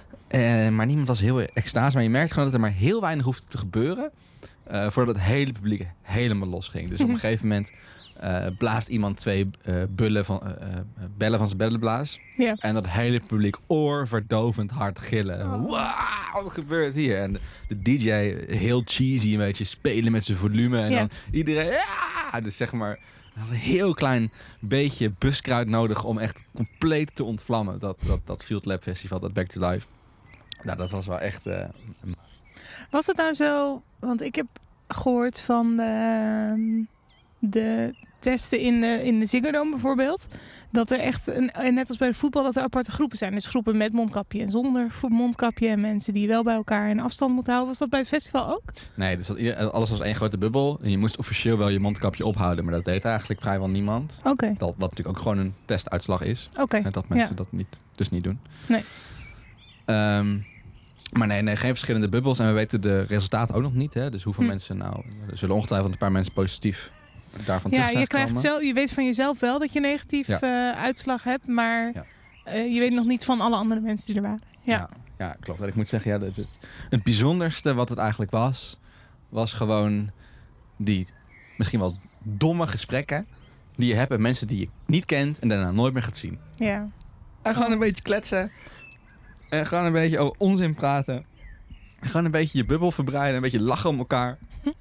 S1: Uh, maar niemand was heel extase. Maar je merkte gewoon dat er maar heel weinig hoefde te gebeuren. Uh, voordat het hele publiek helemaal los ging. Dus op een gegeven moment uh, blaast iemand twee uh, bullen van, uh, uh, bellen van zijn bellenblaas.
S2: Ja.
S1: En dat hele publiek oorverdovend hard gillen.
S2: Oh.
S1: Wauw, wat gebeurt hier? En de, de D J heel cheesy een beetje spelen met zijn volume. En
S2: Ja.
S1: dan iedereen... Ja! Dus zeg maar... Hij had een heel klein beetje buskruid nodig om echt compleet te ontvlammen. Dat, dat, dat Field Lab Festival, dat Back to Life. Nou, dat was wel echt... Uh,
S2: Was het nou zo, want ik heb gehoord van de, de testen in de, in de Ziggo Dome bijvoorbeeld, dat er echt, een, net als bij de voetbal, dat er aparte groepen zijn. Dus groepen met mondkapje en zonder mondkapje en mensen die wel bij elkaar een afstand moeten houden. Was dat bij het festival ook?
S1: Nee, dus dat, alles was één grote bubbel. En je moest officieel wel je mondkapje ophouden, maar dat deed eigenlijk vrijwel niemand.
S2: Oké. Okay.
S1: Dat, wat natuurlijk ook gewoon een testuitslag is.
S2: Oké. Okay.
S1: En dat mensen
S2: ja.
S1: dat niet, dus niet doen.
S2: Nee.
S1: Um, Maar nee, nee, geen verschillende bubbels. En we weten de resultaten ook nog niet. Hè? Dus hoeveel hm. mensen nou... Er zullen ongetwijfeld een paar mensen positief daarvan
S2: ja,
S1: terug zijn
S2: je krijgt
S1: gekomen.
S2: zelf, je weet van jezelf wel dat je een negatief ja. uh, uitslag hebt. Maar ja. uh, je weet nog niet van alle andere mensen die er waren. Ja,
S1: ja, ja klopt. En ik moet zeggen, ja, het, het, het bijzonderste wat het eigenlijk was... was gewoon die misschien wel domme gesprekken... die je hebt met mensen die je niet kent... en daarna nooit meer gaat zien.
S2: Ja.
S1: En gewoon een beetje kletsen... En gewoon een beetje over onzin praten. Gewoon een beetje je bubbel verbreiden. Een beetje lachen om elkaar.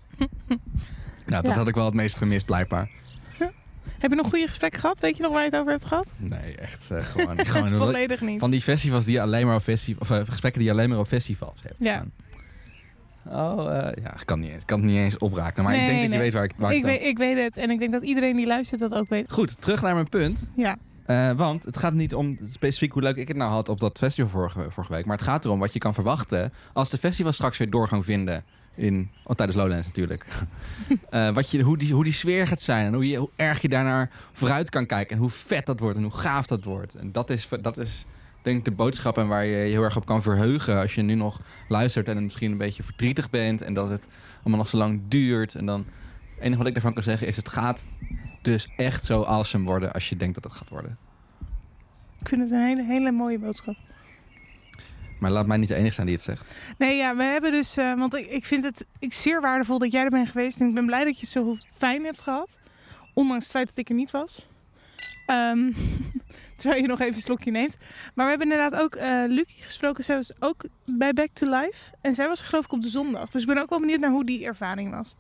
S1: Nou, dat ja. had ik wel het meest gemist, blijkbaar.
S2: Heb je nog goede gesprekken gehad? Weet je nog waar je het over hebt gehad?
S1: Nee, echt uh, gewoon... gewoon
S2: volledig niet.
S1: Van die festivals die je alleen maar op festivals... Of uh, gesprekken die je alleen maar op festivals hebt.
S2: Ja.
S1: Gaan. Oh, uh, ja, ik kan, niet, ik kan het niet eens opraken. Maar nee, ik denk nee. dat je weet waar ik, waar
S2: ik,
S1: ik
S2: weet, ik weet het. En ik denk dat iedereen die luistert dat ook weet.
S1: Goed, terug naar mijn punt.
S2: Ja.
S1: Uh, want het gaat niet om specifiek hoe leuk ik het nou had op dat festival vorige, vorige week. Maar het gaat erom wat je kan verwachten als de festivals straks weer doorgang vinden. In, oh, tijdens Lowlands natuurlijk. uh, wat je, hoe, die, hoe die sfeer gaat zijn en hoe, je, hoe erg je daarnaar vooruit kan kijken. En hoe vet dat wordt en hoe gaaf dat wordt. En dat is, dat is denk ik de boodschap en waar je je heel erg op kan verheugen. Als je nu nog luistert en misschien een beetje verdrietig bent. En dat het allemaal nog zo lang duurt. En dan, het enige wat ik daarvan kan zeggen is het gaat... dus echt zo awesome worden als je denkt dat het gaat worden.
S2: Ik vind het een hele, hele mooie boodschap.
S1: Maar laat mij niet de enige zijn die het zegt.
S2: Nee, ja, we hebben dus... Uh, want ik, ik vind het ik, zeer waardevol dat jij er bent geweest. En ik ben blij dat je het zo fijn hebt gehad. Ondanks het feit dat ik er niet was. Um, terwijl je nog even een slokje neemt. Maar we hebben inderdaad ook uh, Lucie gesproken. Zij was ook bij Back to Life. En zij was geloof ik op de zondag. Dus ik ben ook wel benieuwd naar hoe die ervaring was.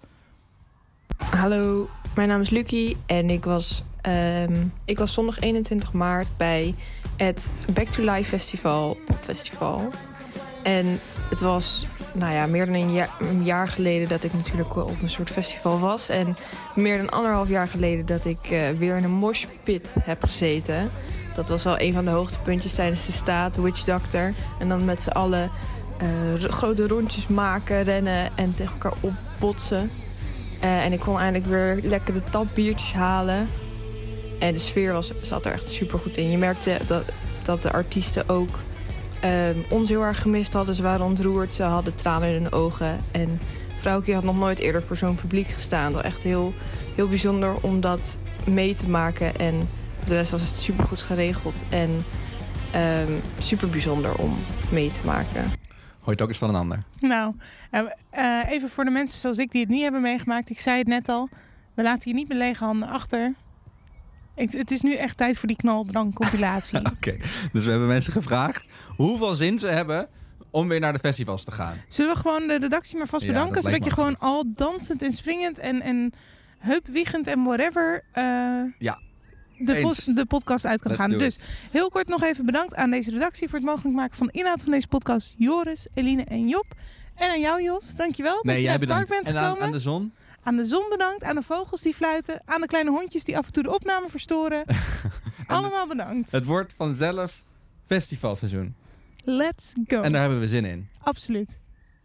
S11: Hallo, mijn naam is Lucie en ik was, um, ik was zondag eenentwintig maart bij het Back to Life Festival, Popfestival. En het was nou ja, meer dan een jaar, een jaar geleden dat ik natuurlijk op een soort festival was. En meer dan anderhalf jaar geleden dat ik uh, weer in een moshpit heb gezeten. Dat was wel een van de hoogtepuntjes tijdens de staat, Witch Doctor. En dan met z'n allen uh, grote rondjes maken, rennen en tegen elkaar opbotsen. Uh, en ik kon eindelijk weer lekker de tapbiertjes halen. En de sfeer was, zat er echt super goed in. Je merkte dat, dat de artiesten ook um, ons heel erg gemist hadden. Ze waren ontroerd, ze hadden tranen in hun ogen. En Vrouwtje had nog nooit eerder voor zo'n publiek gestaan. Dat was echt heel, heel bijzonder om dat mee te maken. En voor de rest was het super goed geregeld. En um, super bijzonder om mee te maken.
S1: Hoor je het ook eens van een ander?
S2: Nou, uh, uh, even voor de mensen zoals ik die het niet hebben meegemaakt. Ik zei het net al, we laten hier niet met lege handen achter. Ik, het is nu echt tijd voor die knaldrank-compilatie.
S1: Oké, okay. Dus we hebben mensen gevraagd hoeveel zin ze hebben om weer naar de festivals te gaan.
S2: Zullen we gewoon de redactie maar vast
S1: Ja,
S2: bedanken?
S1: dat
S2: Zodat je gewoon
S1: goed.
S2: al dansend en springend en, en heupwiegend en whatever uh,
S1: Ja,
S2: de,
S1: eens.
S2: vos, de podcast uit kan
S1: Let's
S2: gaan.
S1: do
S2: Dus
S1: it.
S2: heel kort nog even bedankt aan deze redactie voor het mogelijk maken van de inhoud van deze podcast. Joris, Eline en Job. En aan jou, Jos. Dankjewel
S1: Nee,
S2: dat je
S1: jij
S2: naar het park
S1: bedankt.
S2: bent
S1: En aan,
S2: gekomen.
S1: aan de zon?
S2: Aan de zon bedankt, aan de vogels die fluiten, aan de kleine hondjes die af en toe de opname verstoren. Allemaal bedankt.
S1: Het wordt vanzelf festivalseizoen.
S2: Let's go.
S1: En daar hebben we zin in.
S2: Absoluut.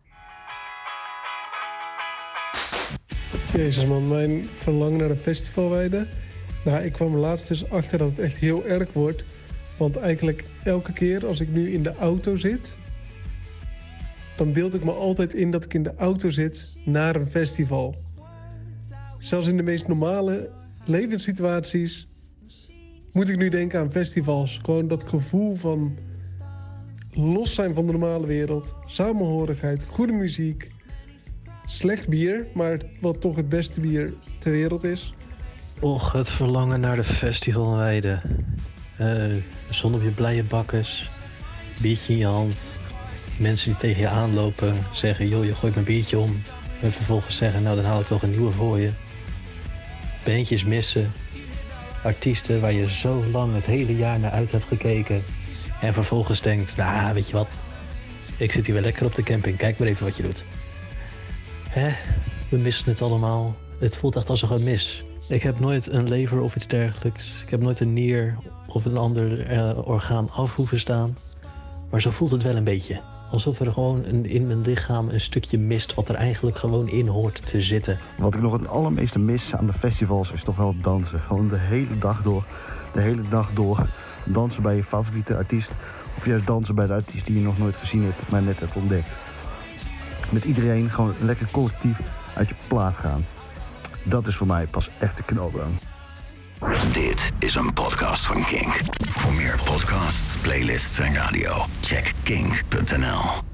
S12: Jezus man, mijn verlangen naar de festivalweide. Nou, ik kwam er laatst dus achter dat het echt heel erg wordt. Want eigenlijk elke keer als ik nu in de auto zit, dan beeld ik me altijd in dat ik in de auto zit naar een festival. Zelfs in de meest normale levenssituaties moet ik nu denken aan festivals. Gewoon dat gevoel van los zijn van de normale wereld, samenhorigheid, goede muziek, slecht bier, maar wat toch het beste bier ter wereld is.
S13: Och, het verlangen naar de festivalweide. Uh, zon op je blije bakkes, biertje in je hand. Mensen die tegen je aanlopen zeggen, joh, je gooit mijn biertje om. En vervolgens zeggen, nou dan haal ik toch een nieuwe voor je. Bandjes missen. Artiesten waar je zo lang het hele jaar naar uit hebt gekeken. En vervolgens denkt, nou weet je wat. Ik zit hier weer lekker op de camping, kijk maar even wat je doet. Hè, we missen het allemaal. Het voelt echt als een gemis. Ik heb nooit een lever of iets dergelijks. Ik heb nooit een nier of een ander uh, orgaan af hoeven staan. Maar zo voelt het wel een beetje. Alsof er gewoon een, in mijn lichaam een stukje mist wat er eigenlijk gewoon in hoort te zitten.
S14: Wat ik nog het allermeeste mis aan de festivals is toch wel het dansen. Gewoon de hele dag door. De hele dag door. Dansen bij je favoriete artiest. Of juist dansen bij de artiest die je nog nooit gezien hebt, maar net hebt ontdekt. Met iedereen gewoon lekker collectief uit je plaat gaan. Dat is voor mij pas echt de knaldrang.
S4: Dit is een podcast van Kink. Voor meer podcasts, playlists en radio, check kink punt n l.